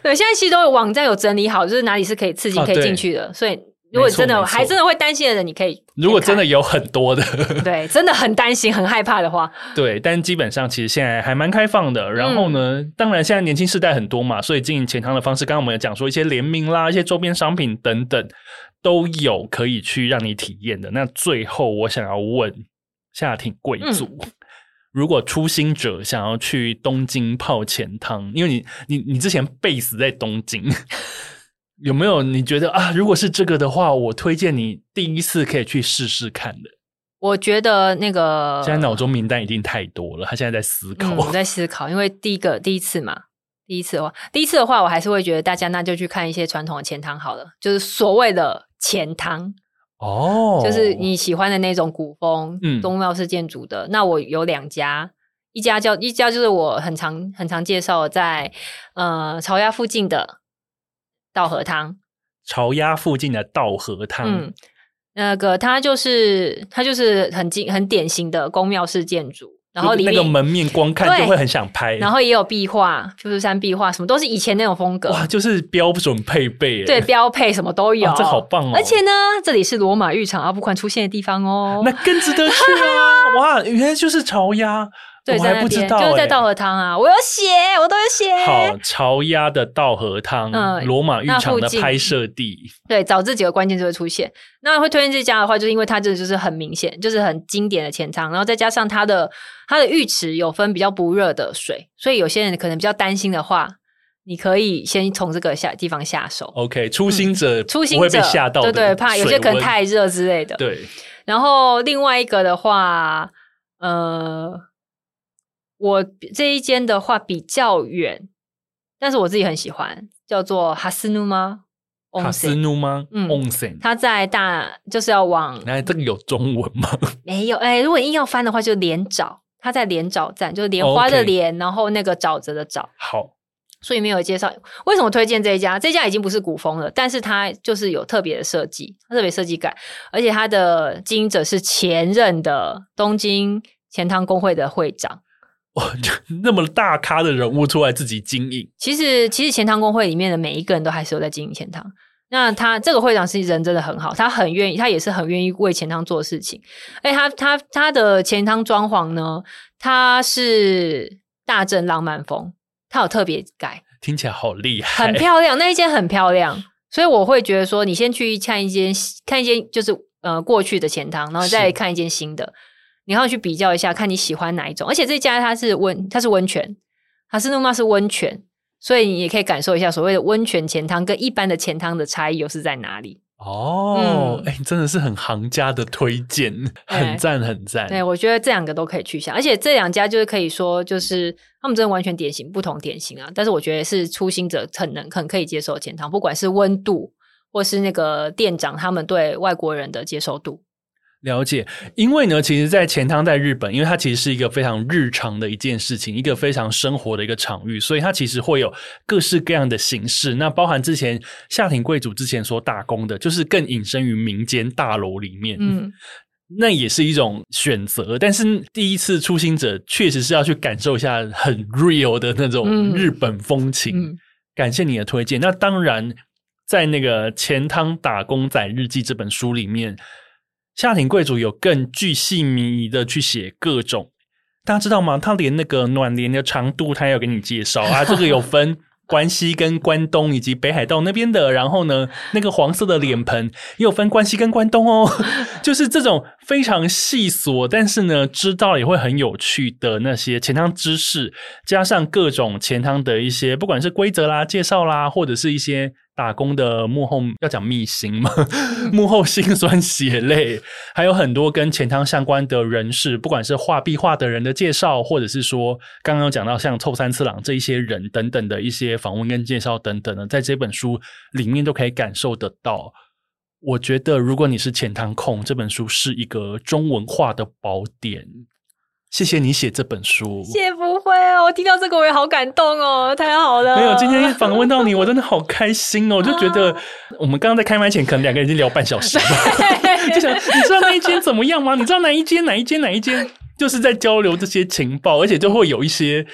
对，现在其实都有网站有整理好，就是哪里是可以刺青可以进去的，哦、所以如果真的还真的会担心的人，你可以如果真的有很多的对，真的很担心很害怕的话， 对，但基本上其实现在还蛮开放的。然后呢、嗯、当然现在年轻世代很多嘛，所以经营钱汤的方式刚刚我们有讲说一些联名啦，一些周边商品等等都有可以去让你体验的。那最后我想要问夏庭贵族、嗯，如果初心者想要去东京泡钱汤，因为你你你之前 base 在东京有没有你觉得啊，如果是这个的话，我推荐你第一次可以去试试看的？ 我觉得那个现在脑中名单一定太多了，他现在在思考、 嗯、我在思考，因为第一个第一次嘛，第一次的话第一次的话我还是会觉得大家那就去看一些传统的钱汤好了，就是所谓的钱汤哦，就是你喜欢的那种古风宗庙式建筑的、嗯、那我有两家，一家叫一家就是我很常很常介绍在呃巢鸭附近的稻荷汤， 巢鸭附近的稻荷汤， 嗯，那个它就是它就是很很典型的宫庙式建筑，然后里面那个门面光看就会很想拍， 然后也有壁画，富士山壁画，什么都是以前那种风格， 哇，就是标准配备， 对，标配什么都有， 哦、这好棒哦！ 而且呢，这里是罗马浴场阿布宽出现的地方哦， 那更值得去啊！哇，原来就是巢鸭。 对， 我还不知道、 欸、就是在稻荷汤啊，我有写，我都有写。 好，巢鸭的稻荷汤，嗯，罗马浴场的拍摄地。 对，找这几个关键就会出现。那会推荐这家的话，就是因为它这就是很明显，就是很经典的钱汤，然后再加上它的它的浴池有分比较不热的水，所以有些人可能比较担心的话，你可以先从这个下地方下手。 OK， 初心者、嗯、初心者不会被吓到的， 对对，怕有些可能太热之类的。 对。 然后另外一个的话，呃。我这一间的话比较远，但是我自己很喜欢，叫做哈斯努吗？ 哈斯努吗？ 嗯，它在大就是要往， 哎，这个有中文吗？ 没有，哎，如果硬要翻的话，就莲沼，它在莲沼站，就是莲花的莲， okay. 然后那个沼泽的沼。 好， 所以没有介绍为什么推荐这一家，这一家已经不是古风了，但是它就是有特别的设计，特别设计感，而且它的经营者是前任的东京钱汤工会的会长。 哇，那么大咖的人物出来自己经营， 其实其实钱汤工会里面的每一个人都还是有在经营钱汤。那他这个会长是人真的很好，他很愿意，他也是很愿意为钱汤做事情。而且他他他的钱汤装潢呢，他是大正浪漫风，他有特别改， 听起来好厉害， 很漂亮，那一间很漂亮。所以我会觉得说，你先去看一间看一间就是呃过去的钱汤，然后再看一间新的。你要去比较一下，看你喜欢哪一种。而且这家它是温，它是温泉，哈斯努玛是温泉，所以你也可以感受一下所谓的温泉钱汤跟一般的钱汤的差异又是在哪里。 哦，哎、嗯欸，真的是很行家的推荐，很赞很赞。 对，我觉得这两个都可以去一下，而且这两家就是可以说，就是他们真的完全典型不同典型啊。但是我觉得是初心者很能很可以接受的钱汤，不管是温度或是那个店长他们对外国人的接受度。 了解，因为呢，其实在钱汤在日本，因为它其实是一个非常日常的一件事情，一个非常生活的一个场域，所以它其实会有各式各样的形式。那包含之前夏庭贵族之前所打工的，就是更隐身于民间大楼里面，嗯，那也是一种选择。但是第一次初心者确实是要去感受一下很 real 的那种日本风情。嗯嗯、感谢你的推荐。那当然，在那个《钱汤打工仔日记》这本书里面。夏庭贵族有更巨细靡遗的去写各种，大家知道吗？他连那个暖帘的长度他也有给你介绍啊，这个有分关西跟关东以及北海道那边的，然后呢那个黄色的脸盆也有分关西跟关东哦，就是这种非常细琐但是呢知道也会很有趣的那些钱汤知识，加上各种钱汤的一些不管是规则啦介绍啦，或者是一些打工的幕后，要讲秘辛吗？幕后辛酸血泪，还有很多跟钱汤相关的人士，不管是画壁画的人的介绍，或者是说刚刚有讲到像凑三次郎这一些人等等的一些访问跟介绍等等的，在这本书里面都可以感受得到。我觉得如果你是钱汤控，这本书是一个中文化的宝典。谢谢你写这本书。 谢不会哦，我听到这个我也好感动哦，太好了。 没有，今天访问到你我真的好开心哦，我就觉得我们刚刚在开麦前可能两个人已经聊半小时了就想你知道那一间怎么样吗？你知道哪一间哪一间哪一间，就是在交流这些情报，而且就会有一些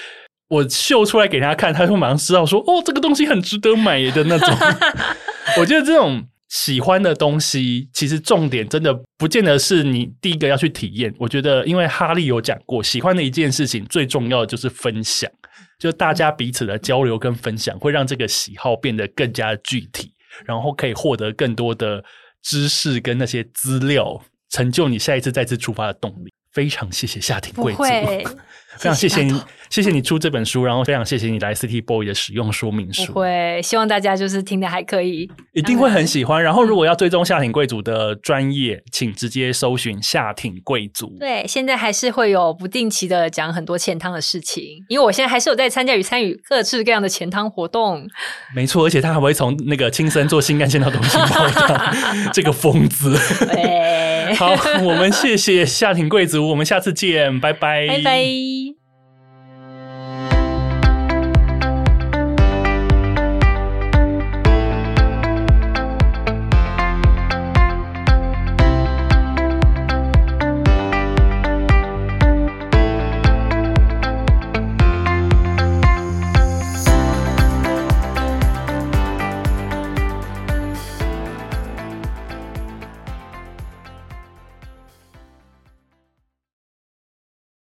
我秀出来给他看，他会马上知道说哦这个东西很值得买的那种。我觉得这种喜欢的东西其实重点真的不见得是你第一个要去体验，我觉得因为哈利有讲过，喜欢的一件事情最重要的就是分享，就大家彼此的交流跟分享会让这个喜好变得更加具体，然后可以获得更多的知识跟那些资料，成就你下一次再次出发的动力。非常谢谢夏庭贵族，非常谢谢你，谢谢你出这本书，然后非常谢谢你来 City Boy 的使用说明书。 不会，希望大家就是听的还可以， 一定会很喜欢。然后如果要追踪夏庭贵族的专业，请直接搜寻夏庭贵族。 对，现在还是会有不定期的讲很多钱汤的事情，因为我现在还是有在参加与参与各式各样的钱汤活动。 没错，而且他还会从那个青森做新干线到东京泡汤，这个疯子。好，我们谢谢夏庭贵族，我们下次见，拜拜， 拜拜。